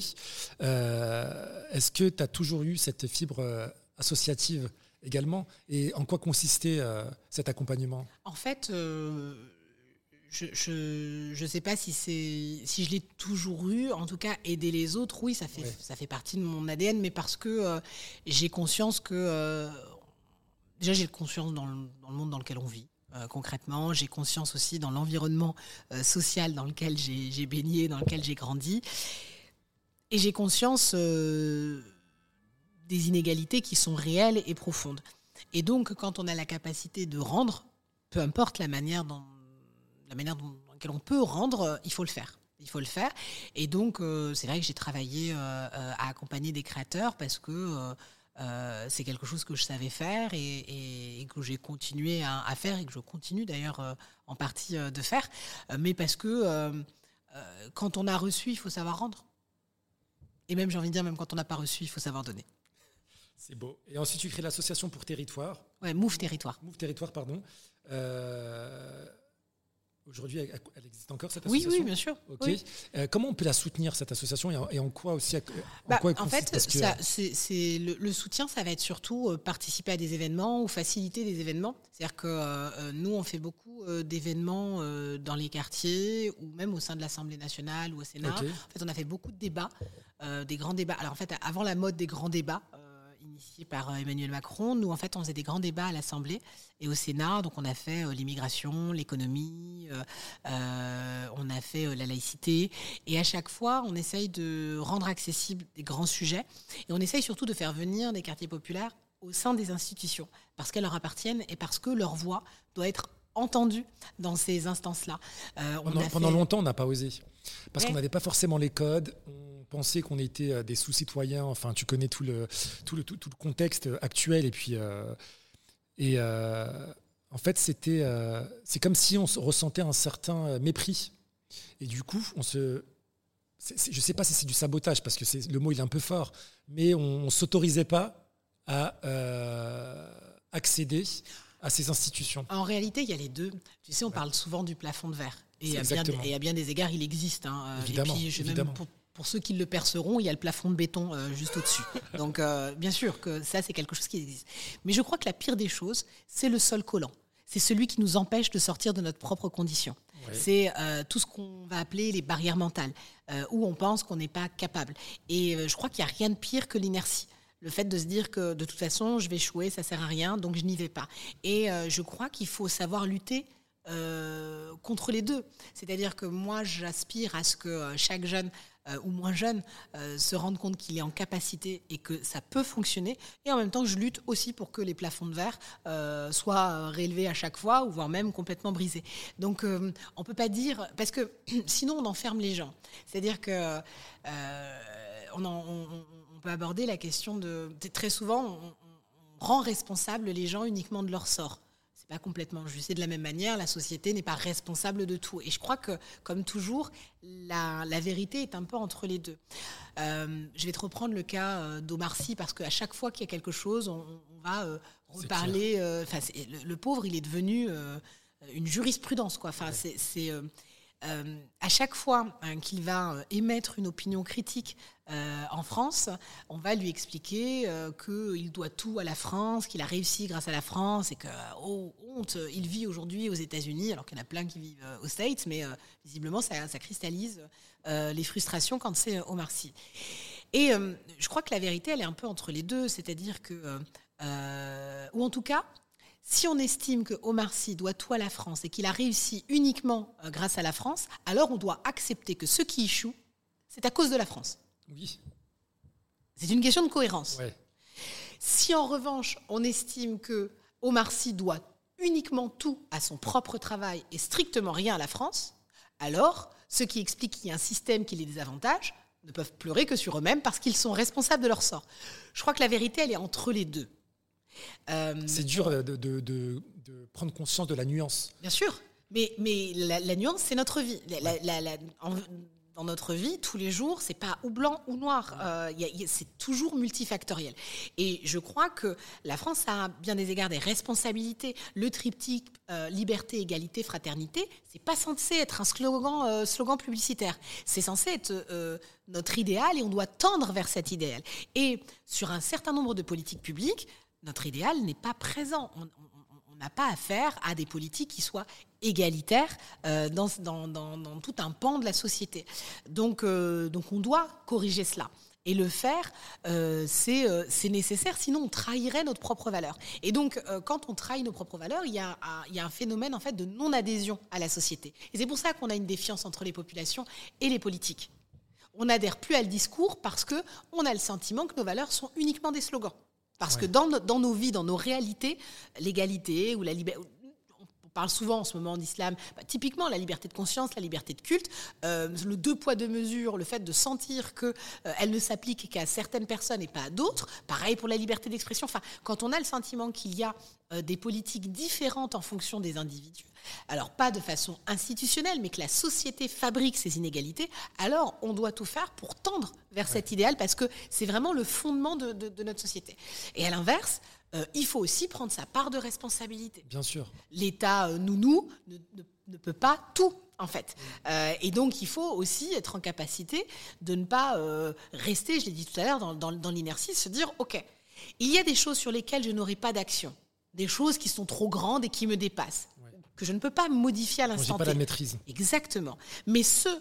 Euh, est-ce que tu as toujours eu cette fibre euh, associative également ? Et en quoi consistait euh, cet accompagnement ? En fait. Euh Je ne sais pas si, c'est, si je l'ai toujours eu. En tout cas, aider les autres, oui, ça fait, ouais. ça fait partie de mon A D N, mais parce que euh, j'ai conscience que... Euh, déjà, j'ai conscience dans le, dans le monde dans lequel on vit, euh, concrètement. J'ai conscience aussi dans l'environnement euh, social dans lequel j'ai, j'ai baigné, dans lequel j'ai grandi. Et j'ai conscience euh, des inégalités qui sont réelles et profondes. Et donc, quand on a la capacité de rendre, peu importe la manière dont... la manière dont, dans laquelle on peut rendre, il faut le faire. Il faut le faire. Et donc, euh, c'est vrai que j'ai travaillé euh, à accompagner des créateurs parce que euh, c'est quelque chose que je savais faire et, et, et que j'ai continué à, à faire et que je continue d'ailleurs euh, en partie euh, de faire. Euh, mais parce que euh, euh, quand on a reçu, il faut savoir rendre. Et même, j'ai envie de dire, même quand on n'a pas reçu, il faut savoir donner. C'est beau. Et ensuite, tu crées l'association pour Territoire. Ouais, Move Territoire. Move Territoire, pardon. Euh... Aujourd'hui, elle existe encore, cette association ? Oui, oui, bien sûr. Okay. Oui. Euh, comment on peut la soutenir, cette association, et en, et en quoi aussi en, bah, quoi elle en consiste, fait, ça, c'est, c'est le, le soutien, ça va être surtout euh, participer à des événements ou faciliter des événements. C'est-à-dire que euh, nous, on fait beaucoup euh, d'événements euh, dans les quartiers ou même au sein de l'Assemblée nationale ou au Sénat. Okay. En fait, on a fait beaucoup de débats, euh, des grands débats. Alors, en fait, avant la mode des grands débats, euh, initié par Emmanuel Macron. Nous, en fait, on faisait des grands débats à l'Assemblée et au Sénat. Donc, on a fait euh, l'immigration, l'économie, euh, euh, on a fait euh, la laïcité. Et à chaque fois, on essaye de rendre accessibles des grands sujets. Et on essaye surtout de faire venir des quartiers populaires au sein des institutions, parce qu'elles leur appartiennent et parce que leur voix doit être entendue dans ces instances-là. Euh, on pendant, a pendant fait... longtemps, on n'a pas osé. Parce ouais. qu'on n'avait pas forcément les codes. On pensait qu'on était des sous-citoyens. Enfin, tu connais tout le, tout le, tout, tout le contexte actuel. Et puis, euh, et euh, en fait, c'était, euh, c'est comme si on ressentait un certain mépris. Et du coup, on se... C'est, c'est, je ne sais pas si c'est du sabotage, parce que c'est, le mot il est un peu fort, mais on ne s'autorisait pas à euh, accéder à ces institutions. En réalité, il y a les deux. Tu sais, on ouais. parle souvent du plafond de verre. Et à, bien, et à bien des égards, il existe. Hein. Évidemment, et puis, je, évidemment. Même pour, pour ceux qui le perceront, il y a le plafond de béton euh, juste au-dessus. Donc, euh, bien sûr que ça, c'est quelque chose qui existe. Mais je crois que la pire des choses, c'est le sol collant. C'est celui qui nous empêche de sortir de notre propre condition. Ouais. C'est euh, tout ce qu'on va appeler les barrières mentales, euh, où on pense qu'on n'est pas capable. Et euh, je crois qu'il n'y a rien de pire que l'inertie. Le fait de se dire que de toute façon, je vais échouer, ça ne sert à rien, donc je n'y vais pas. Et euh, je crois qu'il faut savoir lutter euh, contre les deux. C'est-à-dire que moi, j'aspire à ce que euh, chaque jeune euh, ou moins jeune euh, se rende compte qu'il est en capacité et que ça peut fonctionner. Et en même temps, je lutte aussi pour que les plafonds de verre euh, soient rélevés à chaque fois, ou voire même complètement brisés. Donc, euh, on ne peut pas dire... Parce que sinon, on enferme les gens. C'est-à-dire que... Euh, on, en, on, on peut aborder la question de... Très souvent, on, on rend responsables les gens uniquement de leur sort. C'est pas complètement juste. Et de la même manière, la société n'est pas responsable de tout. Et je crois que, comme toujours, la, la vérité est un peu entre les deux. Euh, je vais te reprendre le cas d'Omar Sy, parce qu'à chaque fois qu'il y a quelque chose, on, on va euh, reparler... Euh, le, le pauvre, il est devenu euh, une jurisprudence, quoi. Enfin, ouais. c'est... c'est euh, Euh, à chaque fois hein, qu'il va euh, émettre une opinion critique euh, en France, on va lui expliquer euh, qu'il doit tout à la France, qu'il a réussi grâce à la France et que, oh honte, il vit aujourd'hui aux États-Unis, alors qu'il y en a plein qui vivent euh, aux States, mais euh, visiblement ça, ça cristallise euh, les frustrations quand c'est euh, Omar Sy. Et euh, je crois que la vérité, elle est un peu entre les deux, c'est-à-dire que, euh, ou en tout cas, si on estime que Omar Sy doit tout à la France et qu'il a réussi uniquement euh, grâce à la France, alors on doit accepter que ceux qui échouent, c'est à cause de la France. Oui. C'est une question de cohérence. Ouais. Si en revanche, on estime que Omar Sy doit uniquement tout à son propre travail et strictement rien à la France, alors ceux qui expliquent qu'il y a un système qui les désavantage ne peuvent pleurer que sur eux-mêmes parce qu'ils sont responsables de leur sort. Je crois que la vérité, elle est entre les deux. Euh, c'est dur de, de, de, de prendre conscience de la nuance. Bien sûr, mais, mais la, la nuance, c'est notre vie. La, ouais. la, la, en, dans notre vie, tous les jours, c'est pas ou blanc ou noir. Ouais. Euh, y a, y a, c'est toujours multifactoriel. Et je crois que la France a à bien des égards des responsabilités. Le triptyque euh, liberté, égalité, fraternité, c'est pas censé être un slogan, euh, slogan publicitaire. C'est censé être euh, notre idéal et on doit tendre vers cet idéal. Et sur un certain nombre de politiques publiques, notre idéal n'est pas présent. On n'a pas affaire à des politiques qui soient égalitaires euh, dans, dans, dans, dans tout un pan de la société. Donc, euh, donc on doit corriger cela. Et le faire, euh, c'est, euh, c'est nécessaire, sinon on trahirait notre propre valeur. Et donc, euh, quand on trahit nos propres valeurs, il y a un, il y a un phénomène en fait, de non-adhésion à la société. Et c'est pour ça qu'on a une défiance entre les populations et les politiques. On n'adhère plus à le discours parce qu'on a le sentiment que nos valeurs sont uniquement des slogans. Parce ouais. que dans, dans nos vies, dans nos réalités, l'égalité ou la liberté... On parle souvent en ce moment d'islam, bah, typiquement la liberté de conscience, la liberté de culte, euh, le deux poids deux mesures, le fait de sentir qu'elle euh, ne s'applique qu'à certaines personnes et pas à d'autres. Pareil pour la liberté d'expression. Enfin, quand on a le sentiment qu'il y a euh, des politiques différentes en fonction des individus, alors pas de façon institutionnelle, mais que la société fabrique ces inégalités, alors on doit tout faire pour tendre vers ouais. cet idéal, parce que c'est vraiment le fondement de, de, de notre société. Et à l'inverse, euh, il faut aussi prendre sa part de responsabilité. Bien sûr. L'État euh, nounou ne, ne, ne peut pas tout, en fait. Mmh. Euh, et donc, il faut aussi être en capacité de ne pas euh, rester, je l'ai dit tout à l'heure, dans, dans, dans l'inertie, se dire, OK, il y a des choses sur lesquelles je n'aurai pas d'action, des choses qui sont trop grandes et qui me dépassent, ouais. que je ne peux pas modifier à l'instant T. J'ai pas la maîtrise. Exactement. Mais ceux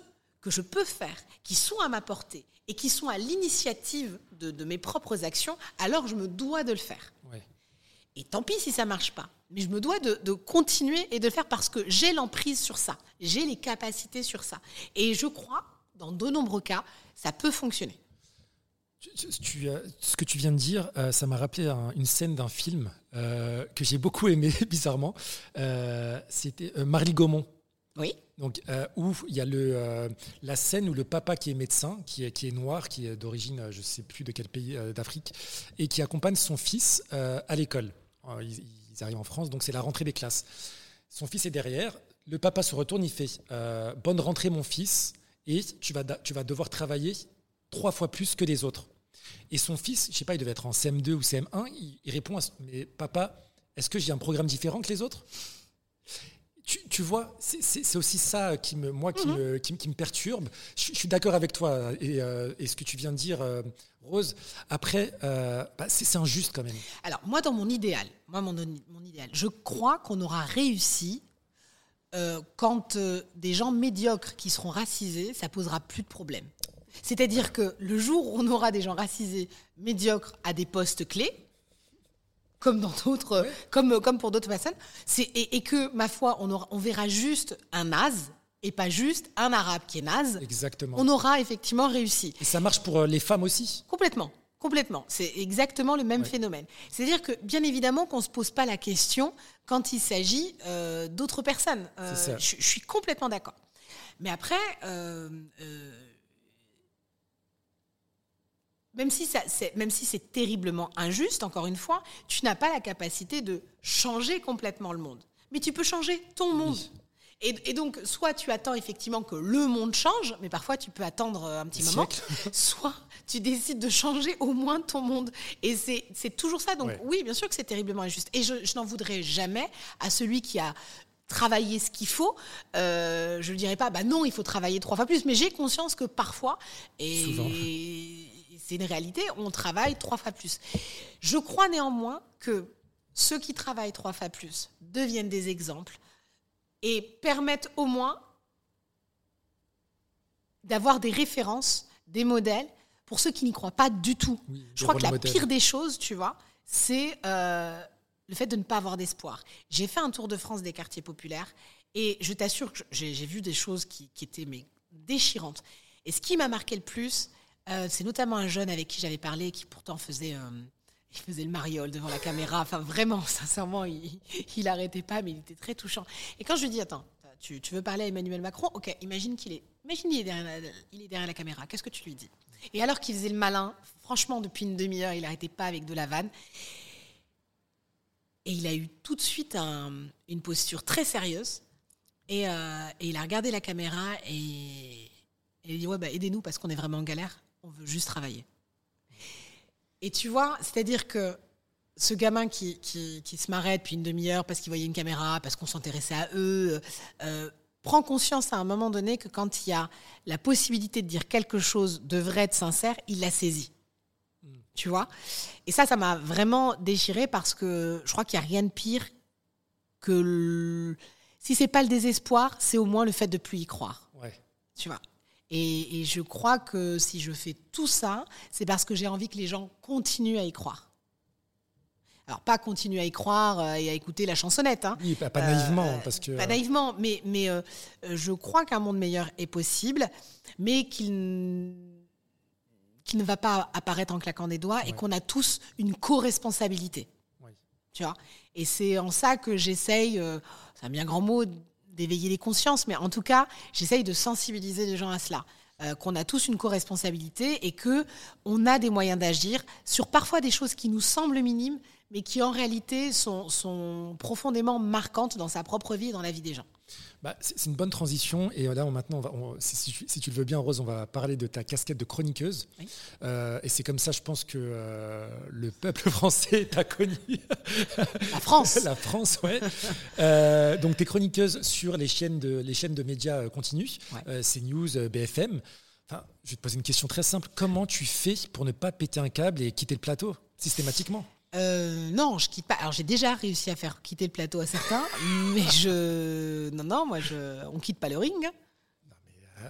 que je peux faire, qui sont à ma portée et qui sont à l'initiative de, de mes propres actions, alors je me dois de le faire. Ouais. Et tant pis si ça ne marche pas. Mais je me dois de, de continuer et de le faire parce que j'ai l'emprise sur ça. J'ai les capacités sur ça. Et je crois, dans de nombreux cas, ça peut fonctionner. Tu, tu, euh, ce que tu viens de dire, euh, ça m'a rappelé un, une scène d'un film euh, que j'ai beaucoup aimé, bizarrement. Euh, c'était euh, Marly Gaumont. Oui. Donc, euh, où il y a le, euh, la scène où le papa qui est médecin, qui est, qui est noir, qui est d'origine, euh, je ne sais plus de quel pays euh, d'Afrique, et qui accompagne son fils euh, à l'école. Euh, ils, ils arrivent en France, donc c'est la rentrée des classes. Son fils est derrière, le papa se retourne, il fait euh, « Bonne rentrée mon fils, et tu vas, tu vas devoir travailler trois fois plus que les autres. » Et son fils, je ne sais pas, il devait être en C M deux ou C M un, il, il répond à « Mais papa, est-ce que j'ai un programme différent que les autres ?» Tu, tu vois, c'est, c'est, c'est aussi ça qui me, moi, qui, mm-hmm. me, qui, qui me perturbe. Je, je suis d'accord avec toi et, euh, et ce que tu viens de dire, euh, Rose. Après, euh, bah, c'est, c'est injuste quand même. Alors, moi, dans mon idéal, moi, mon, mon idéal, je crois qu'on aura réussi euh, quand euh, des gens médiocres qui seront racisés, ça posera plus de problème. C'est-à-dire que le jour où on aura des gens racisés, médiocres, à des postes clés, comme dans d'autres, ouais. comme, comme pour d'autres personnes, c'est, et, et que, ma foi, on, aura, on verra juste un naze et pas juste un arabe qui est naze. Exactement. On aura effectivement réussi. Et ça marche pour les femmes aussi. Complètement, complètement. C'est exactement le même ouais. phénomène. C'est-à-dire que, bien évidemment, qu'on ne se pose pas la question quand il s'agit euh, d'autres personnes. Euh, je, je suis complètement d'accord. Mais après... Euh, euh, Même si, ça, c'est, même si c'est terriblement injuste, encore une fois, tu n'as pas la capacité de changer complètement le monde. Mais tu peux changer ton monde. Oui. Et, et donc, soit tu attends effectivement que le monde change, mais parfois tu peux attendre un petit moment, soit tu décides de changer au moins ton monde. Et c'est, c'est toujours ça. Donc ouais. oui, bien sûr que c'est terriblement injuste. Et je, je n'en voudrais jamais à celui qui a travailler ce qu'il faut, euh, je ne dirais pas, bah non, il faut travailler trois fois plus, mais j'ai conscience que parfois, et Souvent. c'est une réalité, on travaille trois fois plus. Je crois néanmoins que ceux qui travaillent trois fois plus deviennent des exemples et permettent au moins d'avoir des références, des modèles, pour ceux qui n'y croient pas du tout. Oui, je crois que la modèle. pire des choses, tu vois, c'est... Euh, le fait de ne pas avoir d'espoir. J'ai fait un tour de France des quartiers populaires et je t'assure que j'ai, j'ai vu des choses qui, qui étaient mais, déchirantes. Et ce qui m'a marqué le plus, euh, c'est notamment un jeune avec qui j'avais parlé qui pourtant faisait, euh, il faisait le mariole devant la caméra. Enfin, vraiment, sincèrement, il n'arrêtait pas, mais il était très touchant. Et quand je lui dis, attends, tu, tu veux parler à Emmanuel Macron ? Ok, imagine qu'il est, imagine il est derrière la, il est derrière la caméra. Qu'est-ce que tu lui dis ? Et alors qu'il faisait le malin, franchement, depuis une demi-heure, il n'arrêtait pas avec de la vanne. Et il a eu tout de suite un, une posture très sérieuse. Et, euh, et il a regardé la caméra et, et il a dit ouais, bah, aidez-nous parce qu'on est vraiment en galère. On veut juste travailler. Et tu vois, c'est-à-dire que ce gamin qui, qui, qui se marrait depuis une demi-heure parce qu'il voyait une caméra, parce qu'on s'intéressait à eux, euh, prend conscience à un moment donné que quand il y a la possibilité de dire quelque chose de vrai, de sincère, il l'a saisi. Tu vois ? Et ça, ça m'a vraiment déchirée parce que je crois qu'il n'y a rien de pire que... Le... Si ce n'est pas le désespoir, c'est au moins le fait de ne plus y croire. Ouais. Tu vois ? Et, et je crois que si je fais tout ça, c'est parce que j'ai envie que les gens continuent à y croire. Alors, pas continuer à y croire et à écouter la chansonnette. Hein. Oui, pas, pas naïvement. Euh, parce que... Pas naïvement, mais, mais euh, je crois qu'un monde meilleur est possible, mais qu'il... qui ne va pas apparaître en claquant des doigts ouais. et qu'on a tous une co-responsabilité. Oui. Tu vois ? Et c'est en ça que j'essaye, euh, c'est un bien grand mot, d'éveiller les consciences, mais en tout cas, j'essaye de sensibiliser les gens à cela. Euh, qu'on a tous une co-responsabilité et qu'on a des moyens d'agir sur parfois des choses qui nous semblent minimes, mais qui en réalité sont, sont profondément marquantes dans sa propre vie et dans la vie des gens. Bah, c'est, c'est une bonne transition. Et là, on, maintenant, on va, on, si, si, si tu le veux bien, Rose, on va parler de ta casquette de chroniqueuse. Oui. Euh, et c'est comme ça, je pense, que euh, le peuple français t'a connu. La France. La France, ouais. euh, donc, tu es chroniqueuse sur les chaînes de, les chaînes de médias continus, ouais. euh, CNews, B F M. Enfin, je vais te poser une question très simple. Comment tu fais pour ne pas péter un câble et quitter le plateau systématiquement ? Euh, non, je quitte pas. Alors j'ai déjà réussi à faire quitter le plateau à certains, mais je, non, non, moi je, on quitte pas le ring. Non, mais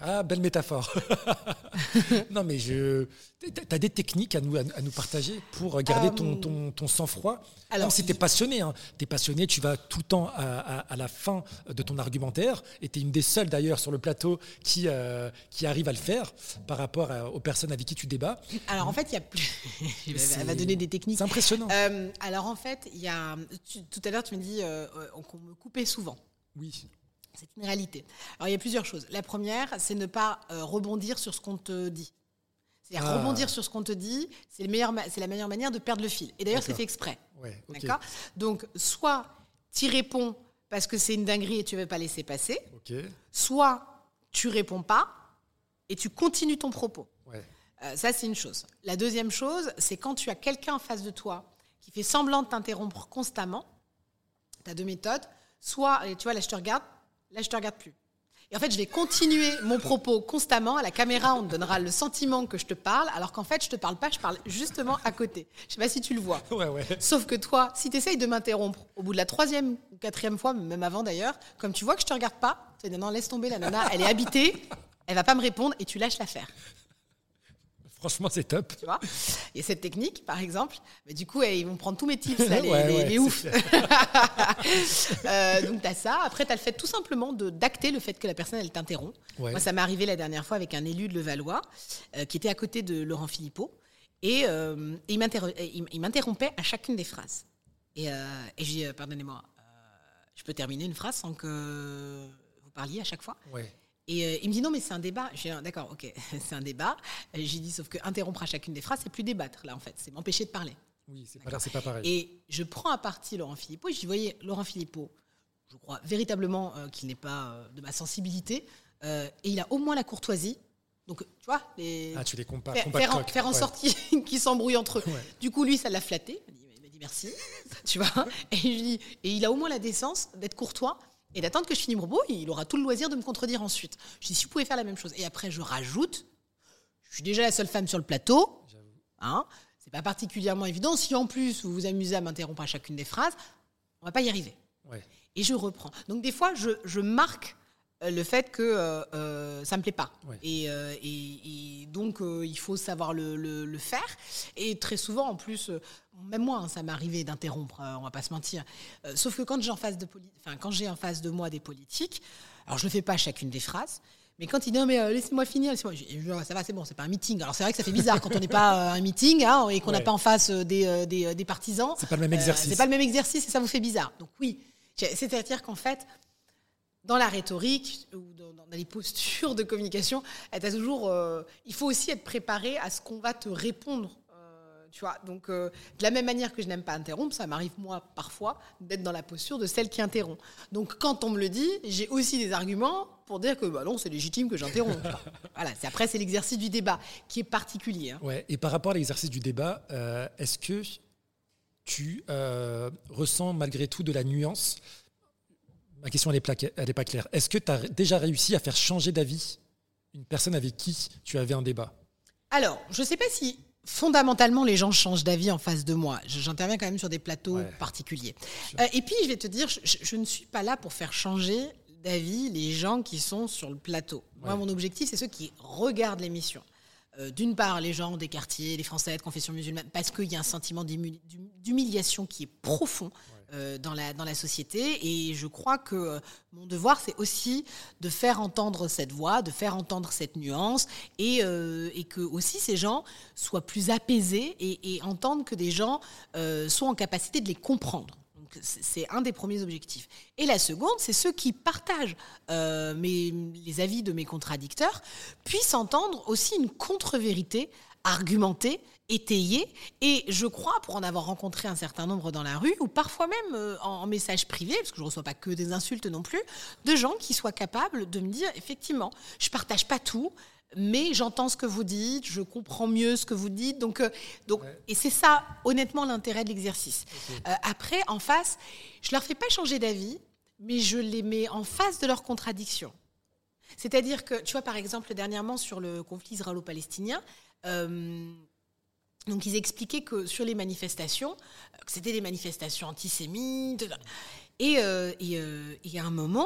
Ah, belle métaphore. Non, mais je... tu as des techniques à nous, à nous partager pour garder ton, Euh, ton, ton sang-froid. alors, Même si tu es passionné, hein. Tu es passionné, tu vas tout le temps à, à, à la fin de ton argumentaire. Et tu es une des seules d'ailleurs sur le plateau qui, euh, qui arrive à le faire par rapport à- aux personnes avec qui tu débats. Alors en fait, il y a plus. C'est- Elle va donner des techniques. C'est impressionnant. Euh, alors en fait, il y a. tu- tout à l'heure, tu me dis euh, euh, qu'on me coupait souvent. Oui. C'est une réalité. Alors il y a plusieurs choses. La première, c'est ne pas euh, rebondir sur ce qu'on te dit. C'est-à-dire Ah. rebondir sur ce qu'on te dit, c'est, le meilleur ma- c'est la meilleure manière de perdre le fil. Et d'ailleurs, c'est D'accord. fait exprès. Ouais, ok. D'accord ? Donc, soit tu réponds parce que c'est une dinguerie et tu ne veux pas laisser passer, Ok. soit tu réponds pas et tu continues ton propos. Ouais. Euh, ça, c'est une chose. La deuxième chose, c'est quand tu as quelqu'un en face de toi qui fait semblant de t'interrompre constamment, tu as deux méthodes. Soit, et tu vois, là, je te regarde, là, je te regarde plus. Et en fait, je vais continuer mon propos constamment. À la caméra, on te donnera le sentiment que je te parle, alors qu'en fait, je te parle pas, je parle justement à côté. Je sais pas si tu le vois. Ouais, ouais. Sauf que toi, si tu essayes de m'interrompre, au bout de la troisième ou quatrième fois, même avant d'ailleurs, comme tu vois que je te regarde pas, tu dis non, laisse tomber, la nana, elle est habitée, elle va pas me répondre et tu lâches l'affaire. Franchement, c'est top. Tu vois, il y a cette technique, par exemple. Mais du coup, eh, ils vont prendre tous mes tips, là, les, Ouais, les- ouais, les c'est oufs. Euh, donc, tu as ça. Après, tu as le fait tout simplement de, d'acter le fait que la personne, elle t'interrompt. Ouais. Moi, ça m'est arrivé la dernière fois avec un élu de Levallois euh, qui était à côté de Laurent Philippot. Et, euh, et il, m'inter- il- il m'interrompait à chacune des phrases. Et, euh, et j'ai dit, euh, pardonnez-moi, euh, je peux terminer une phrase sans que vous parliez à chaque fois ? Ouais. Et euh, il me dit non, mais c'est un débat. J'ai dit d'accord, ok, c'est un débat. Euh, J'ai dit sauf que interrompre à chacune des phrases, c'est plus débattre là en fait, c'est m'empêcher de parler. Oui, c'est pas, c'est pas pareil. Et je prends à partie Laurent Philippot. Je dis voyez, Laurent Philippot, je crois véritablement euh, qu'il n'est pas euh, de ma sensibilité, euh, et il a au moins la courtoisie. Donc tu vois, les, Ah, tu les compares. faire, combat faire de en, coq. faire en Ouais. sorte qu'ils qu'ils s'embrouillent entre eux. Ouais. Du coup, lui, ça l'a flatté. Il m'a dit, il m'a dit merci, tu vois. Et, je dis, et il a au moins la décence d'être courtois et d'attendre que je finisse mon propos. Il aura tout le loisir de me contredire ensuite. Je dis, si vous pouvez faire la même chose. Et après, je rajoute, je suis déjà la seule femme sur le plateau. J'avoue. Hein, c'est pas particulièrement évident. Si en plus vous vous amusez à m'interrompre à chacune des phrases, on va pas y arriver. Ouais. Et je reprends. Donc des fois, je, je marque euh, le fait que euh, euh, ça me plaît pas. Ouais. Et, euh, et, et donc euh, il faut savoir le, le, le faire. Et très souvent, en plus, euh, même moi, hein, ça m'est arrivé d'interrompre. Euh, on va pas se mentir. Euh, sauf que quand j'ai en face de, poli- enfin, quand j'ai en face de moi des politiques, alors je le fais pas à chacune des phrases. Mais quand il dit non mais euh, laissez-moi finir, laissez-moi, je dis, ça va, c'est bon, c'est pas un meeting. Alors c'est vrai que ça fait bizarre quand on n'est pas euh, un meeting hein, et qu'on n'a Ouais. pas en face euh, des, euh, des, euh, des partisans. C'est pas le même Euh, exercice. c'est pas le même exercice et ça vous fait bizarre. Donc oui, J'ai- c'est-à-dire qu'en fait, dans la rhétorique ou dans, dans les postures de communication, t'as toujours, euh, il faut aussi être préparé à ce qu'on va te répondre. euh, Tu vois, donc euh, de la même manière que je n'aime pas interrompre, ça m'arrive moi parfois d'être dans la posture de celle qui interrompt. Donc quand on me le dit, j'ai aussi des arguments pour dire que bah non, c'est légitime que j'interrompe. Voilà, c'est, après c'est l'exercice du débat qui est particulier. Hein. Ouais. Et par rapport à l'exercice du débat, euh, est-ce que tu euh, ressens malgré tout de la nuance ? Ma question, elle n'est pas, elle est pas claire. Est-ce que tu as déjà réussi à faire changer d'avis une personne avec qui tu avais un débat ? Alors, je ne sais pas si fondamentalement les gens changent d'avis en face de moi. Je- J'interviens quand même sur des plateaux Ouais. particuliers. Sûr. Euh, et puis, je vais te dire, je, je- je ne suis pas là pour faire changer d'avis les gens qui sont sur le plateau. Moi, Ouais. mon objectif, c'est ceux qui regardent l'émission. Euh, d'une part, les gens des quartiers, les Français de confession musulmane, parce qu'il y a un sentiment d'humili- d'hum- d'humiliation qui est profond euh, dans, la, dans la société. Et je crois que euh, mon devoir, c'est aussi de faire entendre cette voix, de faire entendre cette nuance, et, euh, et que aussi ces gens soient plus apaisés et, et entendent que des gens euh, soient en capacité de les comprendre. Donc, c'est c'est un des premiers objectifs. Et la seconde, c'est ceux qui partagent euh, mes, les avis de mes contradicteurs puissent entendre aussi une contre-vérité argumentée, étayée. Et je crois, pour en avoir rencontré un certain nombre dans la rue, ou parfois même euh, en, en message privé, parce que je ne reçois pas que des insultes non plus, de gens qui soient capables de me dire, effectivement, je ne partage pas tout, mais j'entends ce que vous dites, je comprends mieux ce que vous dites. Donc, euh, donc, Ouais. et c'est ça, honnêtement, l'intérêt de l'exercice. Ok. Euh, après, en face, je leur fais pas changer d'avis, mais je les mets en face de leurs contradictions. C'est-à-dire que, tu vois, par exemple, dernièrement, sur le conflit israélo-palestinien, euh, donc ils expliquaient que sur les manifestations, que c'était des manifestations antisémites, et, euh, et, euh, et à un moment,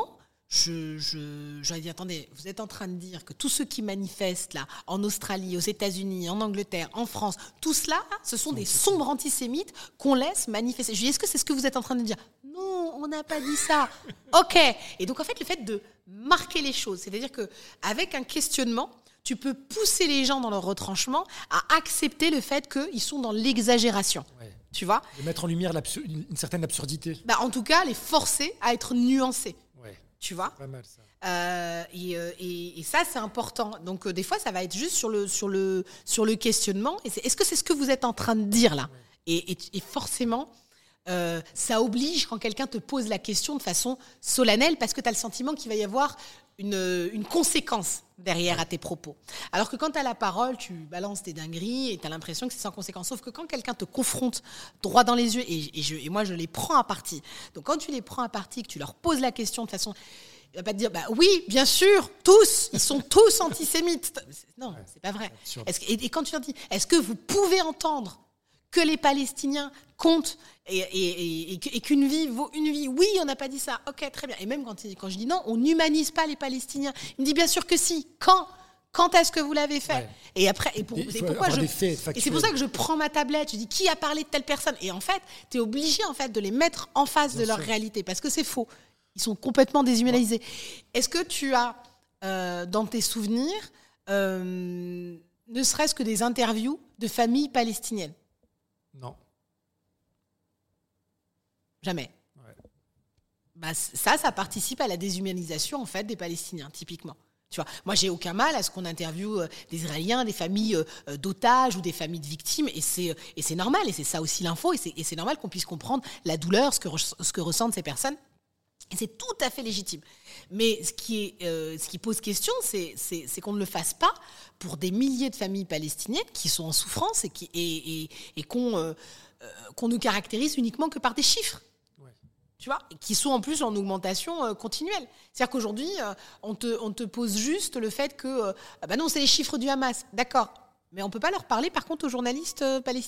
je, je, j'aurais dit, attendez, vous êtes en train de dire que tous ceux qui manifestent là, en Australie, aux États-Unis, en Angleterre, en France, tout cela, ce sont des sombres antisémites qu'on laisse manifester. Je lui dis, est-ce que c'est ce que vous êtes en train de dire ? Non, on n'a pas dit ça. Ok. Et donc, en fait, le fait de marquer les choses, c'est-à-dire qu'avec un questionnement, tu peux pousser les gens dans leur retranchement à accepter le fait qu'ils sont dans l'exagération. Ouais. Tu vois ? De mettre en lumière une certaine absurdité. Bah, en tout cas, les forcer à être nuancés. Ouais. Tu vois ? Pas mal, ça. Euh, et, et, et ça, c'est important. Donc, euh, des fois, ça va être juste sur le, sur le, sur le questionnement. Et c'est, est-ce que c'est ce que vous êtes en train de dire là ? Ouais. et, et, et forcément, euh, ça oblige quand quelqu'un te pose la question de façon solennelle parce que tu as le sentiment qu'il va y avoir une, une conséquence derrière à tes propos. Alors que quand tu as la parole, tu balances tes dingueries et tu as l'impression que c'est sans conséquence. Sauf que quand quelqu'un te confronte droit dans les yeux, et, et, je, et moi, je les prends à partie. Donc, quand tu les prends à partie, que tu leur poses la question de façon... Il ne va pas te dire, bah oui, bien sûr, tous, ils sont tous antisémites. Non, ouais, c'est pas vrai. Est-ce que, et, et quand tu leur dis, est-ce que vous pouvez entendre que les Palestiniens comptent et, et, et, et qu'une vie vaut une vie ? Oui, on n'a pas dit ça. Ok, très bien. Et même quand, quand je dis non, on n'humanise pas les Palestiniens. Il me dit, bien sûr que si. Quand ? Quand est-ce que vous l'avez fait ? Ouais. Et après, et, pour, et, et pourquoi je, et c'est pour ça que je prends ma tablette, je dis qui a parlé de telle personne ? Et en fait, tu es obligé en fait de les mettre en face bien de sûr. Leur réalité parce que c'est faux. Ils sont complètement déshumanisés. Ouais. Est-ce que tu as, euh, dans tes souvenirs, euh, ne serait-ce que des interviews de familles palestiniennes ? Non. Jamais. Ouais. Bah, ça, ça participe à la déshumanisation en fait, des Palestiniens, typiquement. Tu vois, moi, j'ai aucun mal à ce qu'on interviewe des Israéliens, des familles euh, d'otages ou des familles de victimes, et c'est, et c'est normal, et c'est ça aussi l'info, et c'est, et c'est normal qu'on puisse comprendre la douleur, ce que, ce que ressentent ces personnes. Et c'est tout à fait légitime. Mais ce qui, est, euh, ce qui pose question, c'est, c'est, c'est qu'on ne le fasse pas pour des milliers de familles palestiniennes qui sont en souffrance et, qui, et, et, et qu'on, euh, qu'on ne caractérise uniquement que par des chiffres. Ouais. Tu vois, et qui sont en plus en augmentation euh, continuelle. C'est-à-dire qu'aujourd'hui, euh, on, te, on te pose juste le fait que, euh, bah non, c'est les chiffres du Hamas. D'accord. Mais on ne peut pas leur parler, par contre, aux journalistes euh, palestiniens ?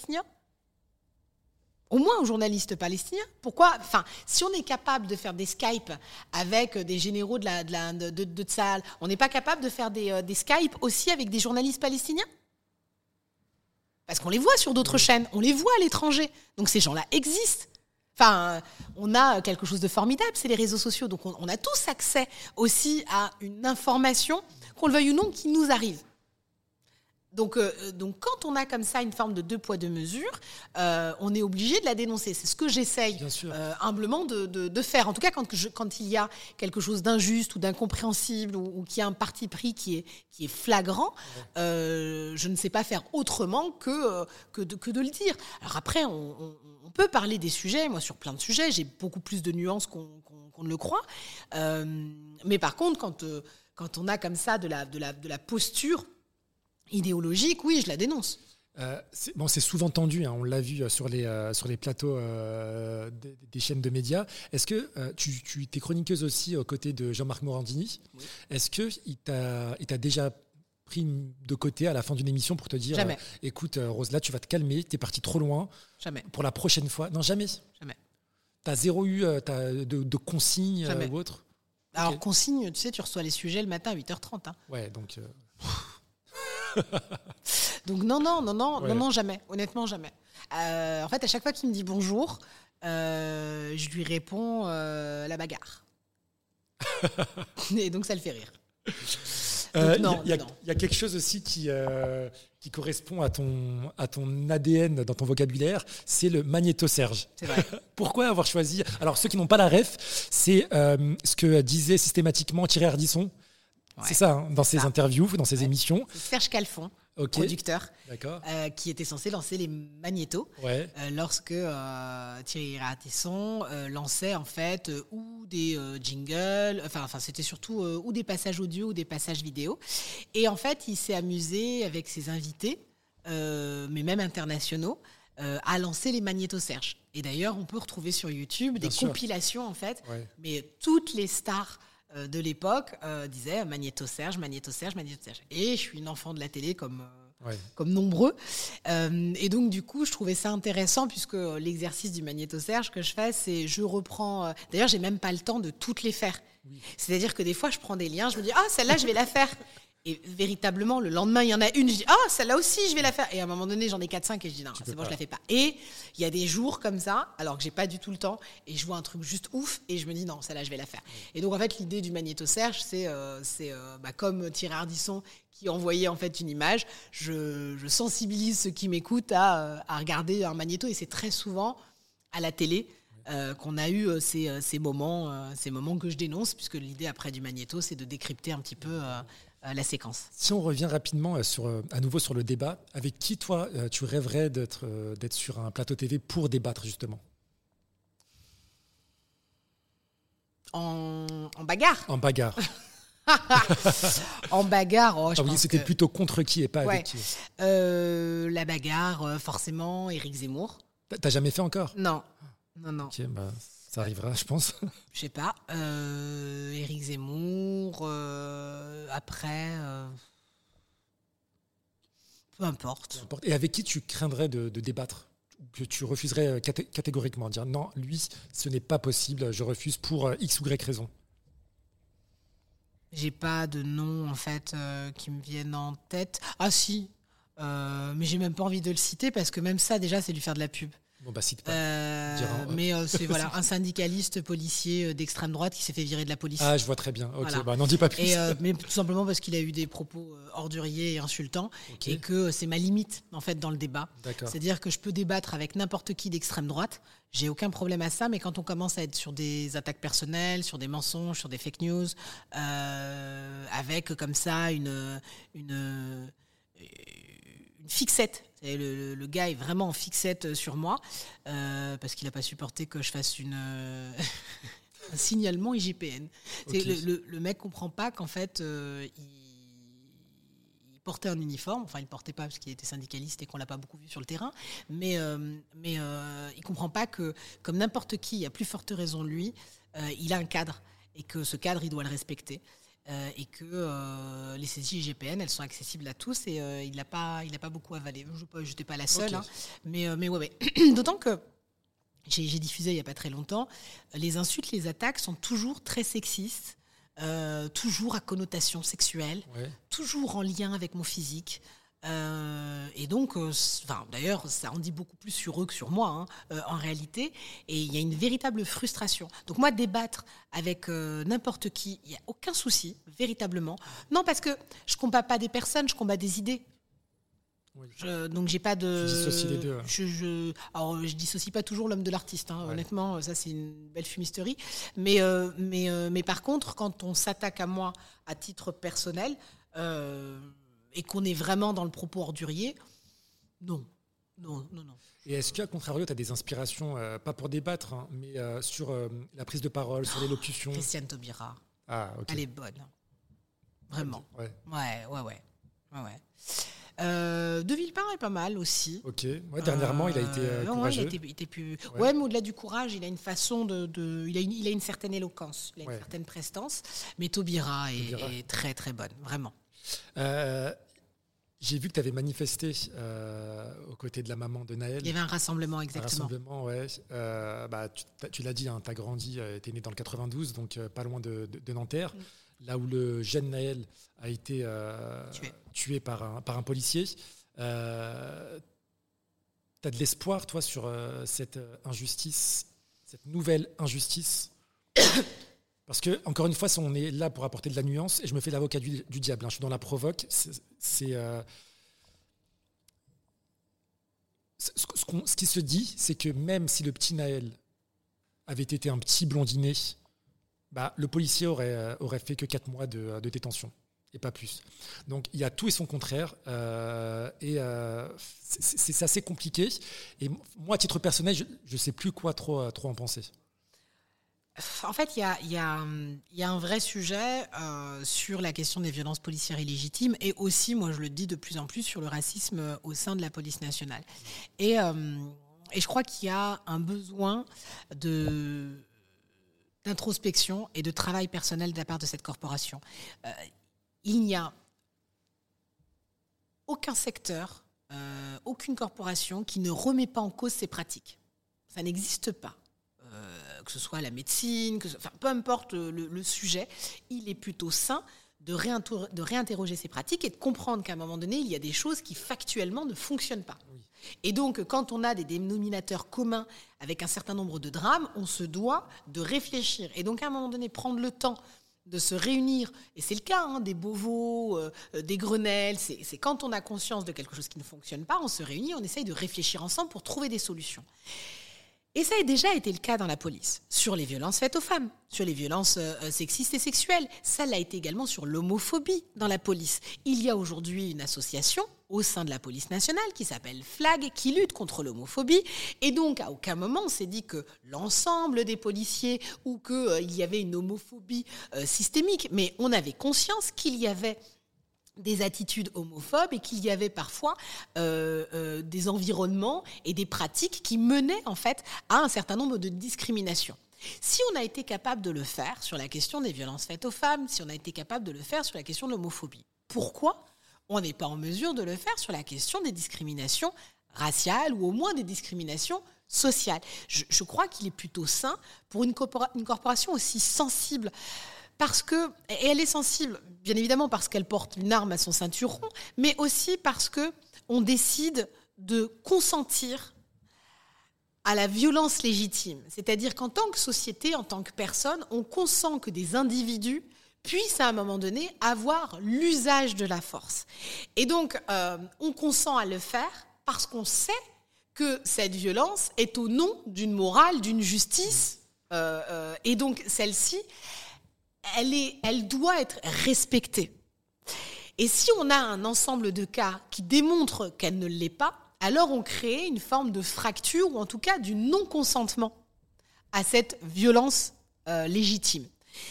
Au moins aux journalistes palestiniens. Pourquoi ? Enfin, si on est capable de faire des Skype avec des généraux de, la, de, la, de, de, de Tsahal, on n'est pas capable de faire des, euh, des Skype aussi avec des journalistes palestiniens ? Parce qu'on les voit sur d'autres chaînes, on les voit à l'étranger. Donc ces gens-là existent. Enfin, on a quelque chose de formidable, c'est les réseaux sociaux. Donc on, on a tous accès aussi à une information, qu'on le veuille ou non, qui nous arrive. Donc, euh, donc, quand on a comme ça une forme de deux poids, deux mesures, euh, on est obligé de la dénoncer. C'est ce que j'essaye euh, humblement de, de, de faire. En tout cas, quand, je, quand il y a quelque chose d'injuste ou d'incompréhensible ou, ou qu'il y a un parti pris qui est, qui est flagrant, ouais. euh, je ne sais pas faire autrement que, que, de, que de le dire. Alors après, on, on, on peut parler des sujets. Moi, sur plein de sujets, j'ai beaucoup plus de nuances qu'on, qu'on, qu'on ne le croit. Euh, mais par contre, quand, euh, quand on a comme ça de la, de la, de la posture idéologique, oui, je la dénonce. Euh, c'est, bon, c'est souvent tendu, hein, on l'a vu sur les, euh, sur les plateaux euh, des, des chaînes de médias. Est-ce que euh, tu, tu es chroniqueuse aussi aux côtés de Jean-Marc Morandini ? Oui. Est-ce qu'il t'a, il t'a déjà pris de côté à la fin d'une émission pour te dire jamais. Euh, écoute, Rose, là, tu vas te calmer, t'es parti trop loin. Jamais. Pour la prochaine fois. Non, jamais. Jamais. T'as zéro eu euh, t'as de, de consignes euh, ou autre ? Alors, okay. Consignes, tu sais, tu reçois les sujets le matin à huit heures trente. Hein. Ouais, donc... Euh... Donc non, non, non, non, ouais. non, non, jamais. Honnêtement, jamais. Euh, en fait, à chaque fois qu'il me dit bonjour, euh, je lui réponds euh, la bagarre. Et donc, ça le fait rire. Il euh, y, y, y a quelque chose aussi qui, euh, qui correspond à ton, à ton A D N dans ton vocabulaire, c'est le magnéto-Serge. C'est vrai. Pourquoi avoir choisi... Alors, ceux qui n'ont pas la ref, c'est euh, ce que disait systématiquement Thierry Ardisson. Ouais, c'est ça, hein, dans ses ça. interviews, dans ses ouais. émissions. C'est Serge Calfon, okay. producteur, euh, qui était censé lancer les magnétos ouais. euh, lorsque euh, Thierry Ardisson euh, lançait en fait euh, ou des euh, jingles, enfin, enfin c'était surtout euh, ou des passages audio ou des passages vidéo. Et en fait, il s'est amusé avec ses invités, euh, mais même internationaux, euh, à lancer les magnétos Serge. Et d'ailleurs, on peut retrouver sur YouTube Bien des sûr. compilations en fait, ouais. mais toutes les stars de l'époque euh, disait Magnéto Serge, Magnéto Serge, Magnéto Serge. Et je suis une enfant de la télé comme, euh, ouais. comme nombreux. Euh, et donc, du coup, je trouvais ça intéressant puisque l'exercice du magnéto-serge que je fais, c'est je reprends... Euh, d'ailleurs, j'ai même pas le temps de toutes les faire. Oui. C'est-à-dire que des fois, je prends des liens, je me dis « Ah, celle-là, je vais la faire ». Et véritablement, le lendemain, il y en a une, je dis « Ah, celle-là aussi, je vais la faire ». Et à un moment donné, j'en ai quatre cinq et je dis « Non, tu c'est bon, pas. Je la fais pas ». Et il y a des jours comme ça, alors que j'ai pas du tout le temps, et je vois un truc juste ouf, et je me dis « Non, celle-là, je vais la faire ». Et donc, en fait, l'idée du magnéto-serge, c'est, euh, c'est euh, bah, comme Thierry Ardisson qui envoyait en fait une image, je, je sensibilise ceux qui m'écoutent à, à regarder un magnéto, et c'est très souvent à la télé euh, qu'on a eu euh, ces, ces, moments, euh, ces moments que je dénonce, puisque l'idée après du magnéto, c'est de décrypter un petit peu... Euh, Euh, la séquence. Si on revient rapidement euh, sur, euh, à nouveau sur le débat, avec qui toi euh, tu rêverais d'être, euh, d'être sur un plateau T V pour débattre justement ? En, en bagarre. En bagarre. En bagarre, oh, je ah oui, pense c'était que... plutôt contre qui et pas ouais. avec qui. Euh, la bagarre, euh, forcément, Éric Zemmour. T'as, t'as jamais fait encore ? Non, non, non. Ok, bah, ça arrivera, je pense. Je sais pas. Euh, Éric Zemmour. Euh, après, euh, peu importe. Et avec qui tu craindrais de, de débattre ? Que tu refuserais caté- catégoriquement, dire non, lui, ce n'est pas possible, je refuse pour euh, X ou Y raison. J'ai pas de nom en fait euh, qui me viennent en tête. Ah si, euh, mais j'ai même pas envie de le citer parce que même ça déjà c'est lui faire de la pub. Bon bah cite pas. Euh, Diran, mais euh, c'est voilà un syndicaliste policier d'extrême droite qui s'est fait virer de la police. Ah je vois très bien. Ok, voilà. bah n'en dis pas plus. Et, euh, mais tout simplement parce qu'il a eu des propos euh, orduriers et insultants, okay. Et que c'est ma limite en fait dans le débat. D'accord. C'est-à-dire que je peux débattre avec n'importe qui d'extrême droite, j'ai aucun problème à ça, mais quand on commence à être sur des attaques personnelles, sur des mensonges, sur des fake news, euh, avec comme ça une une, une fixette. Le, le, le gars est vraiment en fixette sur moi euh, parce qu'il n'a pas supporté que je fasse une, euh, un signalement I G P N. Okay. Le, le, le mec ne comprend pas qu'en fait, euh, il, il portait un uniforme. Enfin, il ne le portait pas parce qu'il était syndicaliste et qu'on ne l'a pas beaucoup vu sur le terrain. Mais, euh, mais euh, il ne comprend pas que, comme n'importe qui, à plus forte raison lui, euh, il a un cadre et que ce cadre, il doit le respecter. Euh, et que euh, les saisies I G P N, elles sont accessibles à tous et euh, il n'a pas, il n'a pas beaucoup avalé. Je n'étais pas la seule, okay. hein, mais, euh, mais ouais, ouais. D'autant que j'ai, j'ai diffusé il n'y a pas très longtemps, les insultes, les attaques sont toujours très sexistes, euh, toujours à connotation sexuelle, ouais. Toujours en lien avec mon physique. Euh, et donc, euh, d'ailleurs, ça en dit beaucoup plus sur eux que sur moi, hein, euh, en réalité. Et il y a une véritable frustration. Donc moi, débattre avec euh, n'importe qui, il n'y a aucun souci, véritablement. Non, parce que je ne combats pas des personnes, je combats des idées. Oui. Je, donc j'ai pas de. Tu dissocies les deux. Je, je, alors je dissocie pas toujours l'homme de l'artiste. Hein, ouais. Honnêtement, ça c'est une belle fumisterie. Mais, euh, mais, euh, mais par contre, quand on s'attaque à moi à titre personnel. Euh, et qu'on est vraiment dans le propos ordurier, non, non, non, non. Et est-ce qu'à contrario, tu as des inspirations, euh, pas pour débattre, hein, mais euh, sur euh, la prise de parole, sur l'élocution ? Christiane Taubira. Ah, ok. Elle est bonne. Vraiment. Ouais, ouais, ouais, ouais. ouais, ouais. Euh, de Villepin est pas mal aussi. Ok. Ouais, dernièrement, euh, il a été euh, courageux. Ouais, il, était, il était plus... ouais. ouais, mais au-delà du courage, il a une façon de, de... il a une, il a une certaine éloquence, il a une ouais. certaine prestance. Mais Taubira est, Taubira est très très bonne, vraiment. Euh, j'ai vu que tu avais manifesté euh, aux côtés de la maman de Naël. Il y avait un rassemblement, exactement. Un rassemblement, ouais. Euh, bah, tu, tu l'as dit, hein, tu as grandi, tu es né dans le quatre-vingt-douze, donc euh, pas loin de, de, de Nanterre, mm. là où le jeune Naël a été euh, tué, tué par, un, par un policier. Euh, tu as de l'espoir, toi, sur euh, cette injustice, cette nouvelle injustice Parce que, encore une fois, on est là pour apporter de la nuance et je me fais l'avocat du, du diable. Hein. Je suis dans la provoque. C'est, c'est, euh, ce, ce, ce qui se dit, c'est que même si le petit Naël avait été un petit blondinet, bah, le policier aurait, euh, aurait fait que quatre mois de, de détention et pas plus. Donc, il y a tout et son contraire. Euh, et euh, c'est, c'est, c'est assez compliqué. Et moi, à titre personnel, je ne sais plus quoi trop, trop en penser. En fait, il y a, y, a, y a un vrai sujet euh, sur la question des violences policières illégitimes et aussi, moi je le dis de plus en plus, sur le racisme au sein de la police nationale. Et, euh, et je crois qu'il y a un besoin de, d'introspection et de travail personnel de la part de cette corporation. Euh, il n'y a aucun secteur, euh, aucune corporation qui ne remet pas en cause ces pratiques. Ça n'existe pas. Euh, que ce soit la médecine, que ce, enfin, peu importe le, le, le sujet, il est plutôt sain de, réinter- de réinterroger ces pratiques et de comprendre qu'à un moment donné, il y a des choses qui factuellement ne fonctionnent pas. Oui. Et donc, quand on a des dénominateurs communs avec un certain nombre de drames, on se doit de réfléchir. Et donc, à un moment donné, prendre le temps de se réunir, et c'est le cas hein, des Beauvau, euh, des Grenelles, c'est, c'est quand on a conscience de quelque chose qui ne fonctionne pas, on se réunit, on essaye de réfléchir ensemble pour trouver des solutions. Et ça a déjà été le cas dans la police, sur les violences faites aux femmes, sur les violences euh, sexistes et sexuelles. Ça l'a été également sur l'homophobie dans la police. Il y a aujourd'hui une association au sein de la police nationale qui s'appelle FLAG, qui lutte contre l'homophobie. Et donc, à aucun moment, on s'est dit que l'ensemble des policiers ou qu'il euh, y avait une homophobie euh, systémique. Mais on avait conscience qu'il y avait des attitudes homophobes et qu'il y avait parfois euh, euh, des environnements et des pratiques qui menaient en fait à un certain nombre de discriminations. Si on a été capable de le faire sur la question des violences faites aux femmes, si on a été capable de le faire sur la question de l'homophobie, pourquoi on n'est pas en mesure de le faire sur la question des discriminations raciales ou au moins des discriminations sociales ? Je, je crois qu'il est plutôt sain pour une, corpora- une corporation aussi sensible. Parce que, et elle est sensible, bien évidemment parce qu'elle porte une arme à son ceinturon, mais aussi parce qu'on décide de consentir à la violence légitime. C'est-à-dire qu'en tant que société, en tant que personne, on consent que des individus puissent à un moment donné avoir l'usage de la force. Et donc, euh, on consent à le faire parce qu'on sait que cette violence est au nom d'une morale, d'une justice, euh, euh, et donc celle-ci, Elle, est, elle doit être respectée. Et si on a un ensemble de cas qui démontrent qu'elle ne l'est pas, alors on crée une forme de fracture ou en tout cas du non-consentement à cette violence euh, légitime.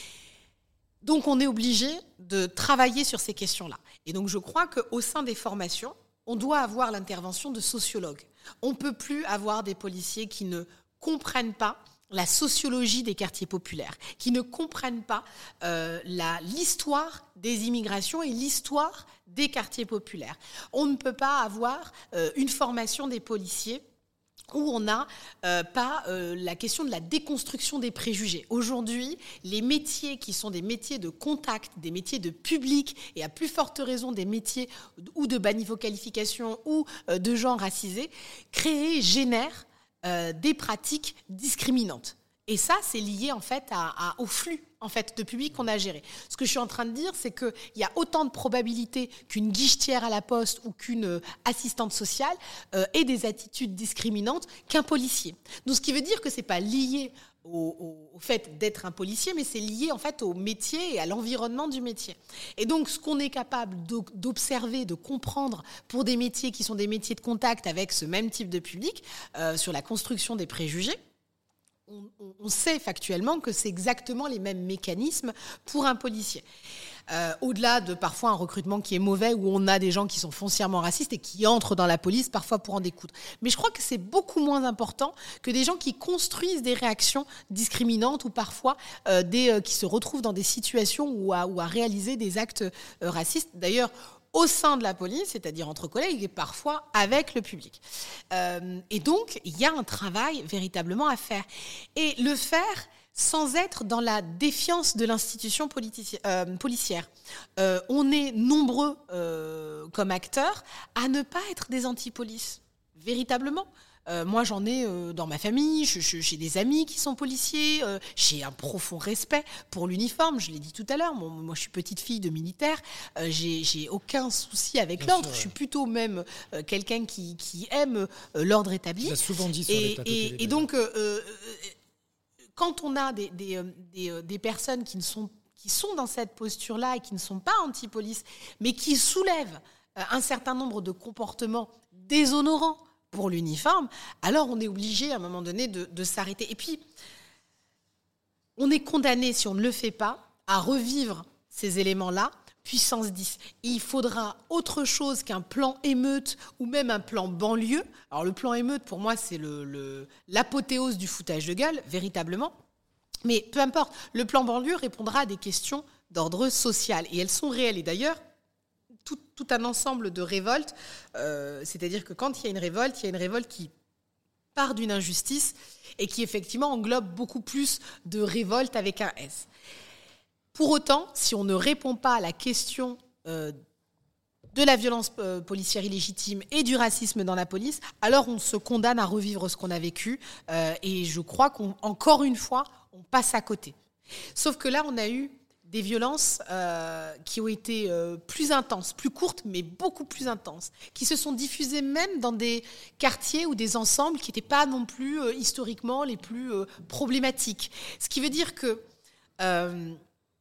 Donc on est obligé de travailler sur ces questions-là. Et donc je crois qu'au sein des formations, on doit avoir l'intervention de sociologues. On ne peut plus avoir des policiers qui ne comprennent pas la sociologie des quartiers populaires, qui ne comprennent pas euh, la, l'histoire des immigrations et l'histoire des quartiers populaires. On ne peut pas avoir euh, une formation des policiers où on n'a euh, pas euh, la question de la déconstruction des préjugés. Aujourd'hui, les métiers qui sont des métiers de contact, des métiers de public, et à plus forte raison des métiers ou de banivoqualification ou euh, de genre racisé, créent, génèrent Euh, des pratiques discriminantes. Et ça, c'est lié en fait à, à, au flux en fait, de public qu'on a géré. Ce que je suis en train de dire, c'est qu'il y a autant de probabilités qu'une guichetière à la poste ou qu'une euh, assistante sociale euh, ait des attitudes discriminantes qu'un policier. Donc, ce qui veut dire que ce n'est pas lié au, au, au fait d'être un policier, mais c'est lié en fait au métier et à l'environnement du métier. Et donc, ce qu'on est capable d'observer, de comprendre pour des métiers qui sont des métiers de contact avec ce même type de public, euh, sur la construction des préjugés, on, on, on sait factuellement que c'est exactement les mêmes mécanismes pour un policier. Euh, au-delà de parfois un recrutement qui est mauvais, où on a des gens qui sont foncièrement racistes et qui entrent dans la police parfois pour en découdre. Mais je crois que c'est beaucoup moins important que des gens qui construisent des réactions discriminantes ou parfois euh, des, euh, qui se retrouvent dans des situations où à, où à réaliser des actes euh, racistes. D'ailleurs, au sein de la police, c'est-à-dire entre collègues et parfois avec le public. Euh, et donc, il y a un travail véritablement à faire. Et le faire sans être dans la défiance de l'institution politici- euh, policière. Euh, on est nombreux euh, comme acteurs à ne pas être des anti-police, véritablement. Euh, moi, j'en ai euh, dans ma famille, je, je, j'ai des amis qui sont policiers, euh, j'ai un profond respect pour l'uniforme, je l'ai dit tout à l'heure, moi, moi je suis petite fille de militaire, euh, j'ai, j'ai aucun souci avec Bien l'ordre, sûr, ouais. Je suis plutôt même euh, quelqu'un qui, qui aime euh, l'ordre établi. Tu l'as souvent dit sur et, les plateaux et, télé. Et donc, euh, euh, quand on a des, des, des, des personnes qui, ne sont, qui sont dans cette posture-là et qui ne sont pas anti-police, mais qui soulèvent un certain nombre de comportements déshonorants pour l'uniforme, alors on est obligé à un moment donné de, de s'arrêter. Et puis, on est condamné, si on ne le fait pas, à revivre ces éléments-là, puissance dix. Et il faudra autre chose qu'un plan émeute ou même un plan banlieue. Alors le plan émeute, pour moi, c'est le, le, l'apothéose du foutage de gueule, véritablement. Mais peu importe, le plan banlieue répondra à des questions d'ordre social. Et elles sont réelles. Et d'ailleurs, tout, tout un ensemble de révoltes. Euh, c'est-à-dire que quand il y a une révolte, il y a une révolte qui part d'une injustice et qui effectivement englobe beaucoup plus de révoltes avec un S. Pour autant, si on ne répond pas à la question euh, de la violence euh, policière illégitime et du racisme dans la police, alors on se condamne à revivre ce qu'on a vécu. Euh, et je crois qu'encore une fois, on passe à côté. Sauf que là, on a eu des violences euh, qui ont été euh, plus intenses, plus courtes, mais beaucoup plus intenses, qui se sont diffusées même dans des quartiers ou des ensembles qui n'étaient pas non plus euh, historiquement les plus euh, problématiques. Ce qui veut dire que euh,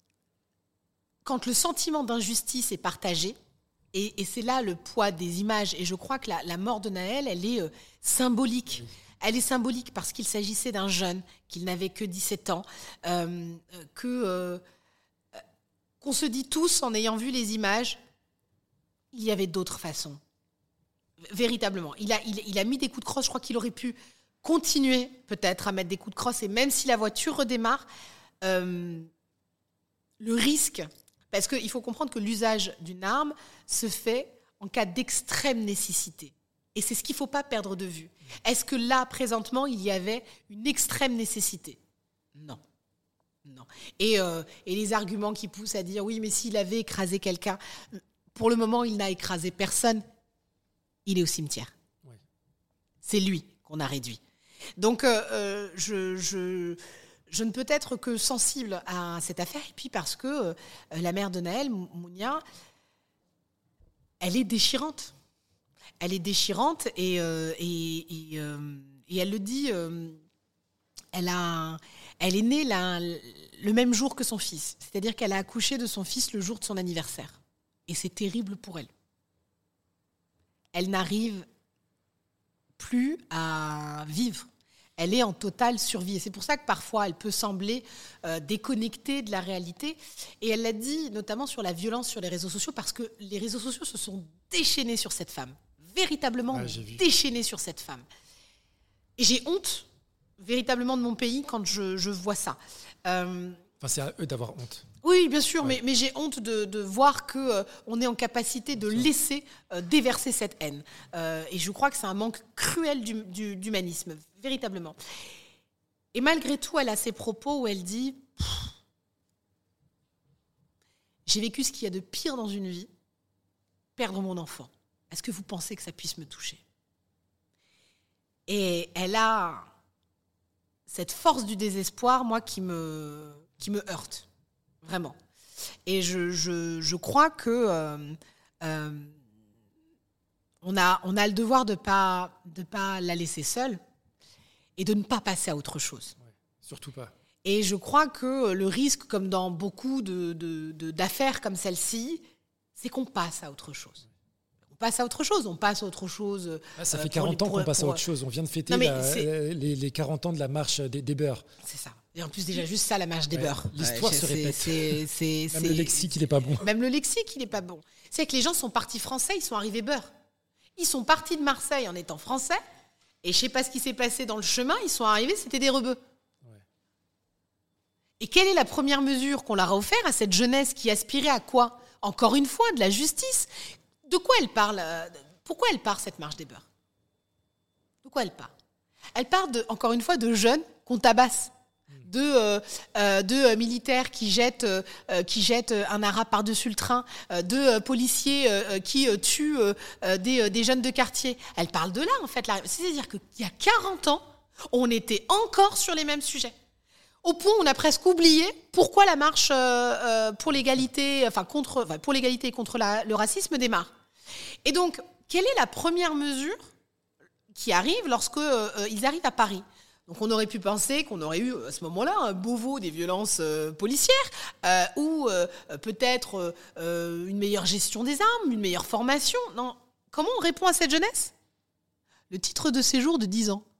quand le sentiment d'injustice est partagé, et, et c'est là le poids des images, et je crois que la, la mort de Nahel, elle est euh, symbolique. Elle est symbolique parce qu'il s'agissait d'un jeune, qu'il n'avait que dix-sept ans, euh, que... Euh, qu'on se dit tous, en ayant vu les images, il y avait d'autres façons. Véritablement. Il a, il, il a mis des coups de crosse. Je crois qu'il aurait pu continuer, peut-être, à mettre des coups de crosse. Et même si la voiture redémarre, euh, le risque... Parce qu'il faut comprendre que l'usage d'une arme se fait en cas d'extrême nécessité. Et c'est ce qu'il ne faut pas perdre de vue. Est-ce que là, présentement, il y avait une extrême nécessité ? Non. Non. Et, euh, et les arguments qui poussent à dire oui, mais s'il avait écrasé quelqu'un, pour le moment, il n'a écrasé personne. Il est au cimetière. Oui. C'est lui qu'on a réduit. Donc, euh, je, je, je ne peux être que sensible à cette affaire. Et puis parce que euh, la mère de Nahel, Mounia, elle est déchirante. Elle est déchirante et, euh, et, et, euh, et elle le dit. Euh, elle a... Elle est née là, le même jour que son fils. C'est-à-dire qu'elle a accouché de son fils le jour de son anniversaire. Et c'est terrible pour elle. Elle n'arrive plus à vivre. Elle est en totale survie. Et c'est pour ça que parfois, elle peut sembler euh, déconnectée de la réalité. Et elle l'a dit notamment sur la violence sur les réseaux sociaux, parce que les réseaux sociaux se sont déchaînés sur cette femme. Véritablement ah, déchaînés sur cette femme. Et j'ai honte véritablement de mon pays quand je, je vois ça. Euh, enfin, c'est à eux d'avoir honte. Oui, bien sûr, ouais. mais, mais j'ai honte de, de voir qu'on euh, est en capacité de laisser euh, déverser cette haine. Euh, et je crois que c'est un manque cruel du, du, d'humanisme, véritablement. Et malgré tout, elle a ces propos où elle dit « J'ai vécu ce qu'il y a de pire dans une vie, perdre mon enfant. Est-ce que vous pensez que ça puisse me toucher ?» Et elle a... cette force du désespoir, moi, qui me, qui me heurte, vraiment. Et je, je, je crois que euh, euh, on, a, on a le devoir de ne pas, de pas la laisser seule et de ne pas passer à autre chose. Ouais, surtout pas. Et je crois que le risque, comme dans beaucoup de, de, de, d'affaires comme celle-ci, c'est qu'on passe à autre chose. On passe à autre chose, on passe à autre chose. Ah, ça fait quarante les, ans qu'on passe pour, à autre chose. On vient de fêter non, la, les, les quarante ans de la marche des, des beurs. C'est ça. Et en plus, déjà, juste ça, la marche des ouais, beurs. L'histoire ouais, se c'est, répète. C'est, c'est, Même c'est, le lexique, il n'est pas bon. Même le lexique, il n'est pas bon. C'est que les gens sont partis français, ils sont arrivés beurs. Ils sont partis de Marseille en étant français, et je ne sais pas ce qui s'est passé dans le chemin, ils sont arrivés, c'était des rebeux. Ouais. Et quelle est la première mesure qu'on leur a offerte à cette jeunesse qui aspirait à quoi ? Encore une fois, de la justice. De quoi elle parle ? Pourquoi elle part, cette marche des beurs ? De quoi elle part ? Elle part, de, encore une fois, de jeunes qu'on tabasse, de, euh, euh, de euh, militaires qui jettent, euh, qui jettent un arabe par-dessus le train, euh, de euh, policiers euh, qui euh, tuent euh, des, euh, des jeunes de quartier. Elle parle de là, en fait. Là. C'est-à-dire qu'il y a quarante ans, on était encore sur les mêmes sujets. Au point où on a presque oublié pourquoi la marche euh, euh, pour l'égalité, enfin, contre, enfin, pour l'égalité et contre la, le racisme démarre. Et donc, quelle est la première mesure qui arrive lorsque euh, ils arrivent à Paris ? Donc on aurait pu penser qu'on aurait eu à ce moment-là un Beauvau des violences euh, policières euh, ou euh, peut-être euh, une meilleure gestion des armes, une meilleure formation. Non. Comment on répond à cette jeunesse ? Le titre de séjour de dix ans.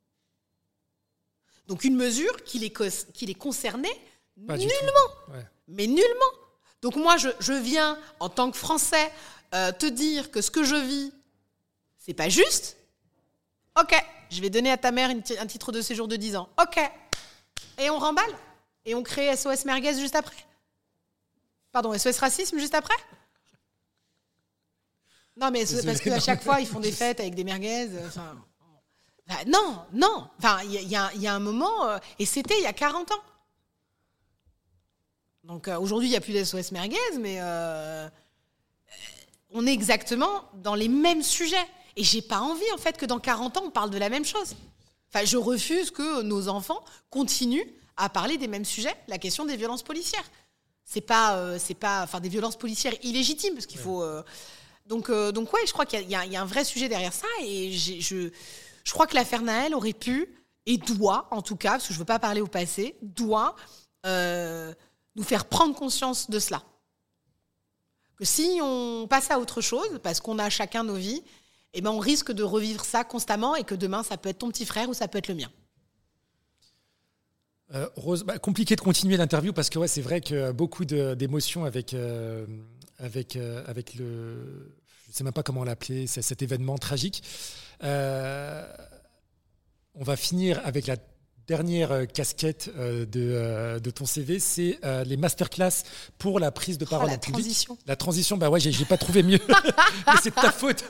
Donc une mesure qui les, cos- qui les concernait Pas nullement. Ouais. Mais nullement. Donc moi, je, je viens, en tant que Français, euh, te dire que ce que je vis, c'est pas juste. Ok, je vais donner à ta mère une t- un titre de séjour de dix ans. Ok. Et on remballe. Et on crée S O S Merguez juste après. Pardon, S O S Racisme juste après. Non, mais c'est parce qu'à chaque fois, ils font des fêtes avec des merguez. Enfin, bah, non, non. Enfin, il y, y, y a un moment, euh, et c'était il y a quarante ans. Donc euh, aujourd'hui, il n'y a plus d'S O S merguez, mais euh, on est exactement dans les mêmes sujets. Et j'ai pas envie, en fait, que dans quarante ans, on parle de la même chose. Enfin, je refuse que nos enfants continuent à parler des mêmes sujets, la question des violences policières. C'est pas, euh, c'est pas, enfin, des violences policières illégitimes, parce qu'il faut. Euh, donc, euh, donc ouais, je crois qu'il y a, il y a un vrai sujet derrière ça, et j'ai, je, je crois que l'affaire Nahel aurait pu et doit, en tout cas, parce que je veux pas parler au passé, doit euh, nous faire prendre conscience de cela. Que si on passe à autre chose, parce qu'on a chacun nos vies, eh ben on risque de revivre ça constamment, et que demain, ça peut être ton petit frère ou ça peut être le mien. Euh, Rose, bah, compliqué de continuer l'interview parce que ouais, c'est vrai que beaucoup de, d'émotions avec, euh, avec, euh, avec le... Je ne sais même pas comment l'appeler, c'est cet événement tragique. Euh, on va finir avec la dernière casquette euh, de, euh, de ton C V, c'est euh, les masterclass pour la prise de parole oh, la en public. Transition. La transition, bah ouais, j'ai, j'ai pas trouvé mieux. Mais c'est de ta faute.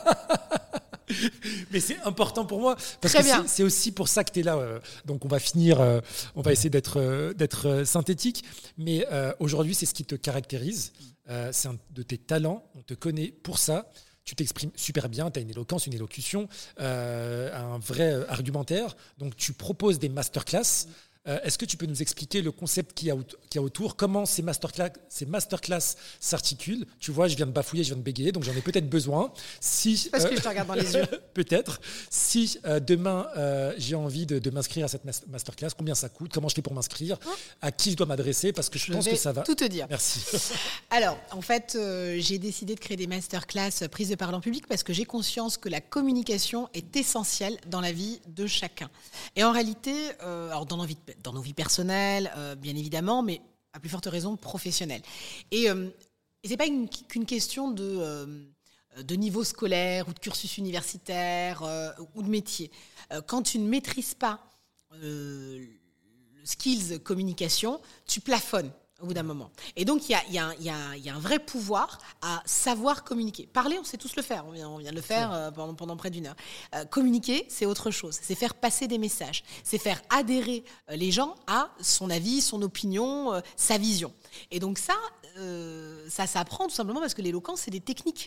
Mais c'est important pour moi parce Très que bien. c'est, c'est aussi pour ça que tu es là. Euh, donc on va finir, euh, on va essayer d'être, euh, d'être euh, synthétique. Mais euh, aujourd'hui, c'est ce qui te caractérise. Euh, c'est un de tes talents. On te connaît pour ça. Tu t'exprimes super bien. Tu as une éloquence, une élocution, euh, un vrai euh, argumentaire. Donc tu proposes des masterclass. Euh, est-ce que tu peux nous expliquer le concept qu'il y a, qu'il y a autour, comment ces masterclass, ces masterclass s'articulent? Tu vois, je viens de bafouiller, je viens de bégayer, donc j'en ai peut-être besoin. Si, Parce euh, que je te regarde dans les yeux. peut-être. Si euh, demain, euh, j'ai envie de, de m'inscrire à cette mas- masterclass, combien ça coûte? Comment je fais pour m'inscrire? À qui je dois m'adresser? Parce que je, Je pense vais que ça va. tout te dire. Merci. Alors, en fait, euh, j'ai décidé de créer des masterclass prise de parole en public parce que j'ai conscience que la communication est essentielle dans la vie de chacun. Et en réalité, euh, alors dans nos vies, dans nos vies personnelles, euh, bien évidemment, mais à plus forte raison professionnelle. Et, euh, et c'est pas une, qu'une question de, euh, de niveau scolaire ou de cursus universitaire euh, ou de métier. Euh, quand tu ne maîtrises pas euh, le skills communication, tu plafonnes au bout d'un moment. Et donc, il y a, y, a, y, a, y a un vrai pouvoir à savoir communiquer. Parler, on sait tous le faire. On vient, on vient de le faire euh, pendant, pendant près d'une heure. Euh, communiquer, c'est autre chose. C'est faire passer des messages. C'est faire adhérer euh, les gens à son avis, son opinion, euh, sa vision. Et donc ça, euh, ça s'apprend tout simplement parce que l'éloquence, c'est des techniques.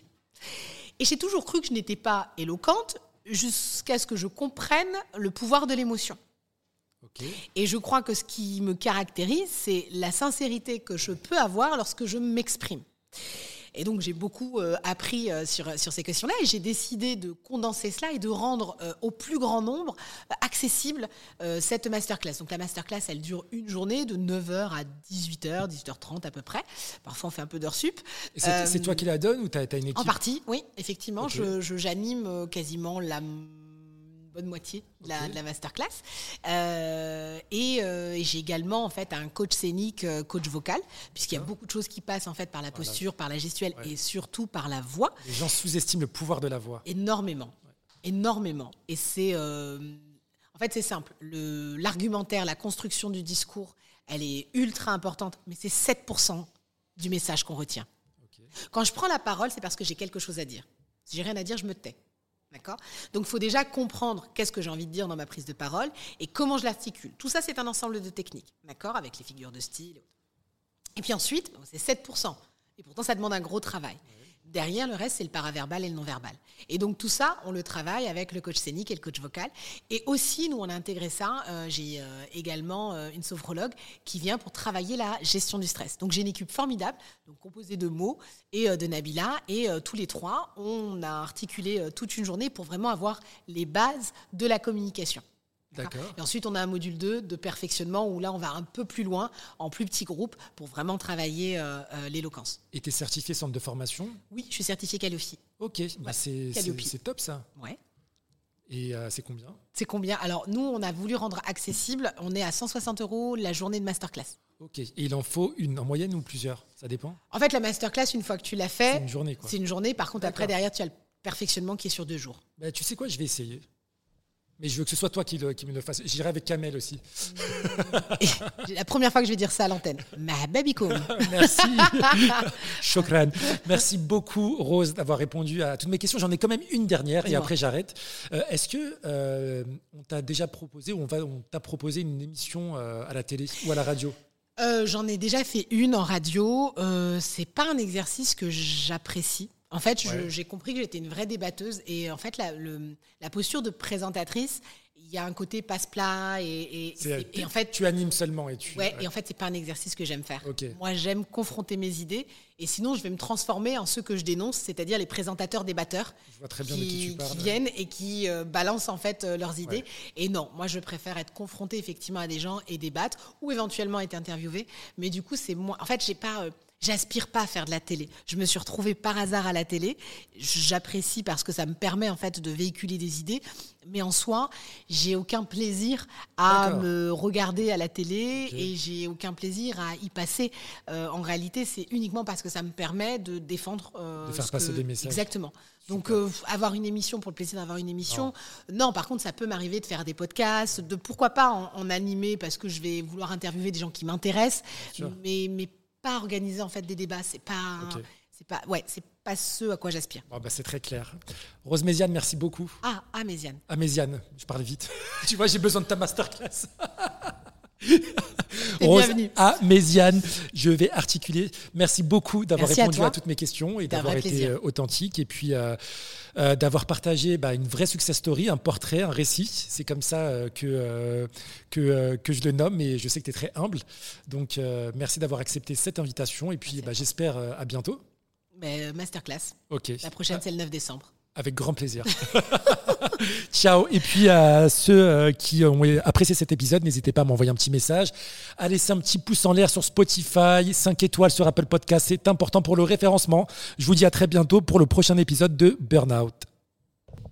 Et j'ai toujours cru que je n'étais pas éloquente jusqu'à ce que je comprenne le pouvoir de l'émotion. Okay. Et je crois que ce qui me caractérise, c'est la sincérité que je peux avoir lorsque je m'exprime. Et donc, j'ai beaucoup euh, appris euh, sur, sur ces questions-là et j'ai décidé de condenser cela et de rendre euh, au plus grand nombre euh, accessible euh, cette masterclass. Donc, la masterclass, elle dure une journée de neuf heures à dix-huit heures, dix-huit heures trente à peu près. Parfois, on fait un peu d'heures sup. Et c'est, euh, c'est toi qui la donnes ou tu as une équipe? En partie, oui, effectivement. Okay. Je, je, j'anime quasiment la bonne moitié de la, okay. de la masterclass. Euh, et, euh, et j'ai également en fait un coach scénique, euh, coach vocal, puisqu'il y a beaucoup de choses qui passent en fait par la posture, voilà. par la gestuelle ouais. et surtout par la voix. Les gens sous-estiment le pouvoir de la voix. Énormément, ouais. énormément. Et c'est, euh, en fait, c'est simple. Le, l'argumentaire, la construction du discours, elle est ultra importante, mais c'est sept pour cent du message qu'on retient. Okay. Quand je prends la parole, c'est parce que j'ai quelque chose à dire. Si j'ai rien à dire, je me tais. D'accord ? Donc, il faut déjà comprendre qu'est-ce que j'ai envie de dire dans ma prise de parole et comment je l'articule. Tout ça, c'est un ensemble de techniques, d'accord ? Avec les figures de style. Et puis ensuite, c'est sept pour cent. Et pourtant, ça demande un gros travail. Derrière, le reste, c'est le paraverbal et le non-verbal. Et donc, tout ça, on le travaille avec le coach scénique et le coach vocal. Et aussi, nous, on a intégré ça. Euh, j'ai euh, également euh, une sophrologue qui vient pour travailler la gestion du stress. Donc, j'ai une équipe formidable, donc composée de Mo et euh, de Nabila. Et euh, tous les trois, on a articulé euh, toute une journée pour vraiment avoir les bases de la communication. D'accord. Et ensuite, on a un module deux de perfectionnement où là, on va un peu plus loin, en plus petits groupes, pour vraiment travailler euh, euh, l'éloquence. Et tu es certifié centre de formation ? Oui, je suis certifiée Calliope. Ok, bah ouais, c'est, c'est, c'est top ça. Ouais. Et euh, c'est combien ? C'est combien ? Alors, nous, on a voulu rendre accessible, on est à cent soixante euros la journée de masterclass. Ok, et il en faut une en moyenne ou plusieurs ? Ça dépend ? En fait, la masterclass, une fois que tu l'as fait, c'est une journée, quoi. C'est une journée, par contre, D'accord. Après, derrière, tu as le perfectionnement qui est sur deux jours. Bah, tu sais quoi, je vais essayer. Mais je veux que ce soit toi qui, le, qui me le fasse. J'irai avec Kamel aussi. Et la première fois que je vais dire ça à l'antenne. Ma babycom. Merci. Chokran. Merci beaucoup, Rose, d'avoir répondu à toutes mes questions. J'en ai quand même une dernière et, et après j'arrête. Euh, est-ce que euh, on t'a déjà proposé ou on, va, on t'a proposé une émission euh, à la télé ou à la radio ? euh, J'en ai déjà fait une en radio. Euh, c'est pas un exercice que j'apprécie. En fait, je, ouais. j'ai compris que j'étais une vraie débatteuse et en fait, la, le, la posture de présentatrice, il y a un côté passe-plat et, et, c'est, et en fait, tu animes seulement et tu. Ouais, ouais. Et en fait, c'est pas un exercice que j'aime faire. Okay. Moi, j'aime confronter mes idées et sinon, je vais me transformer en ceux que je dénonce, c'est-à-dire les présentateurs débatteurs je vois très bien qui, de qui, tu parles, qui viennent et qui euh, balancent en fait euh, leurs idées. Ouais. Et non, moi, je préfère être confrontée effectivement à des gens et débattre ou éventuellement être interviewée. Mais du coup, c'est moi. En fait, j'ai pas. Euh, J'aspire pas à faire de la télé. Je me suis retrouvée par hasard à la télé. J'apprécie parce que ça me permet en fait de véhiculer des idées, mais en soi, j'ai aucun plaisir à D'accord. me regarder à la télé okay. et j'ai aucun plaisir à y passer. Euh, en réalité, c'est uniquement parce que ça me permet de défendre. Euh, de faire passer que... des messages. Exactement. Donc euh, avoir une émission pour le plaisir d'avoir une émission, non. non. Par contre, ça peut m'arriver de faire des podcasts, de pourquoi pas en, en animer parce que je vais vouloir interviewer des gens qui m'intéressent, mais mais pas organiser en fait des débats, c'est pas, okay. c'est pas, ouais, c'est pas ce à quoi j'aspire. Oh bah c'est très clair. Rose Méziane, merci beaucoup. Ah, ah Méziane. Ah Méziane, je parle vite. Tu vois, j'ai besoin de ta masterclass. Rose à Méziane, je vais articuler. Merci beaucoup d'avoir merci répondu à, à toutes mes questions et D'un d'avoir été plaisir. authentique et puis euh, euh, d'avoir partagé bah, une vraie success story, un portrait, un récit. C'est comme ça euh, que, euh, que, euh, que je le nomme et je sais que tu es très humble. Donc euh, merci d'avoir accepté cette invitation et puis bah, j'espère euh, à bientôt. Mais, masterclass. Ok. La prochaine, ah. c'est le neuf décembre. Avec grand plaisir. Ciao. Et puis à ceux qui ont apprécié cet épisode, n'hésitez pas à m'envoyer un petit message, à laisser un petit pouce en l'air sur Spotify, cinq étoiles sur Apple Podcast, c'est important pour le référencement. Je vous dis à très bientôt pour le prochain épisode de Burnout.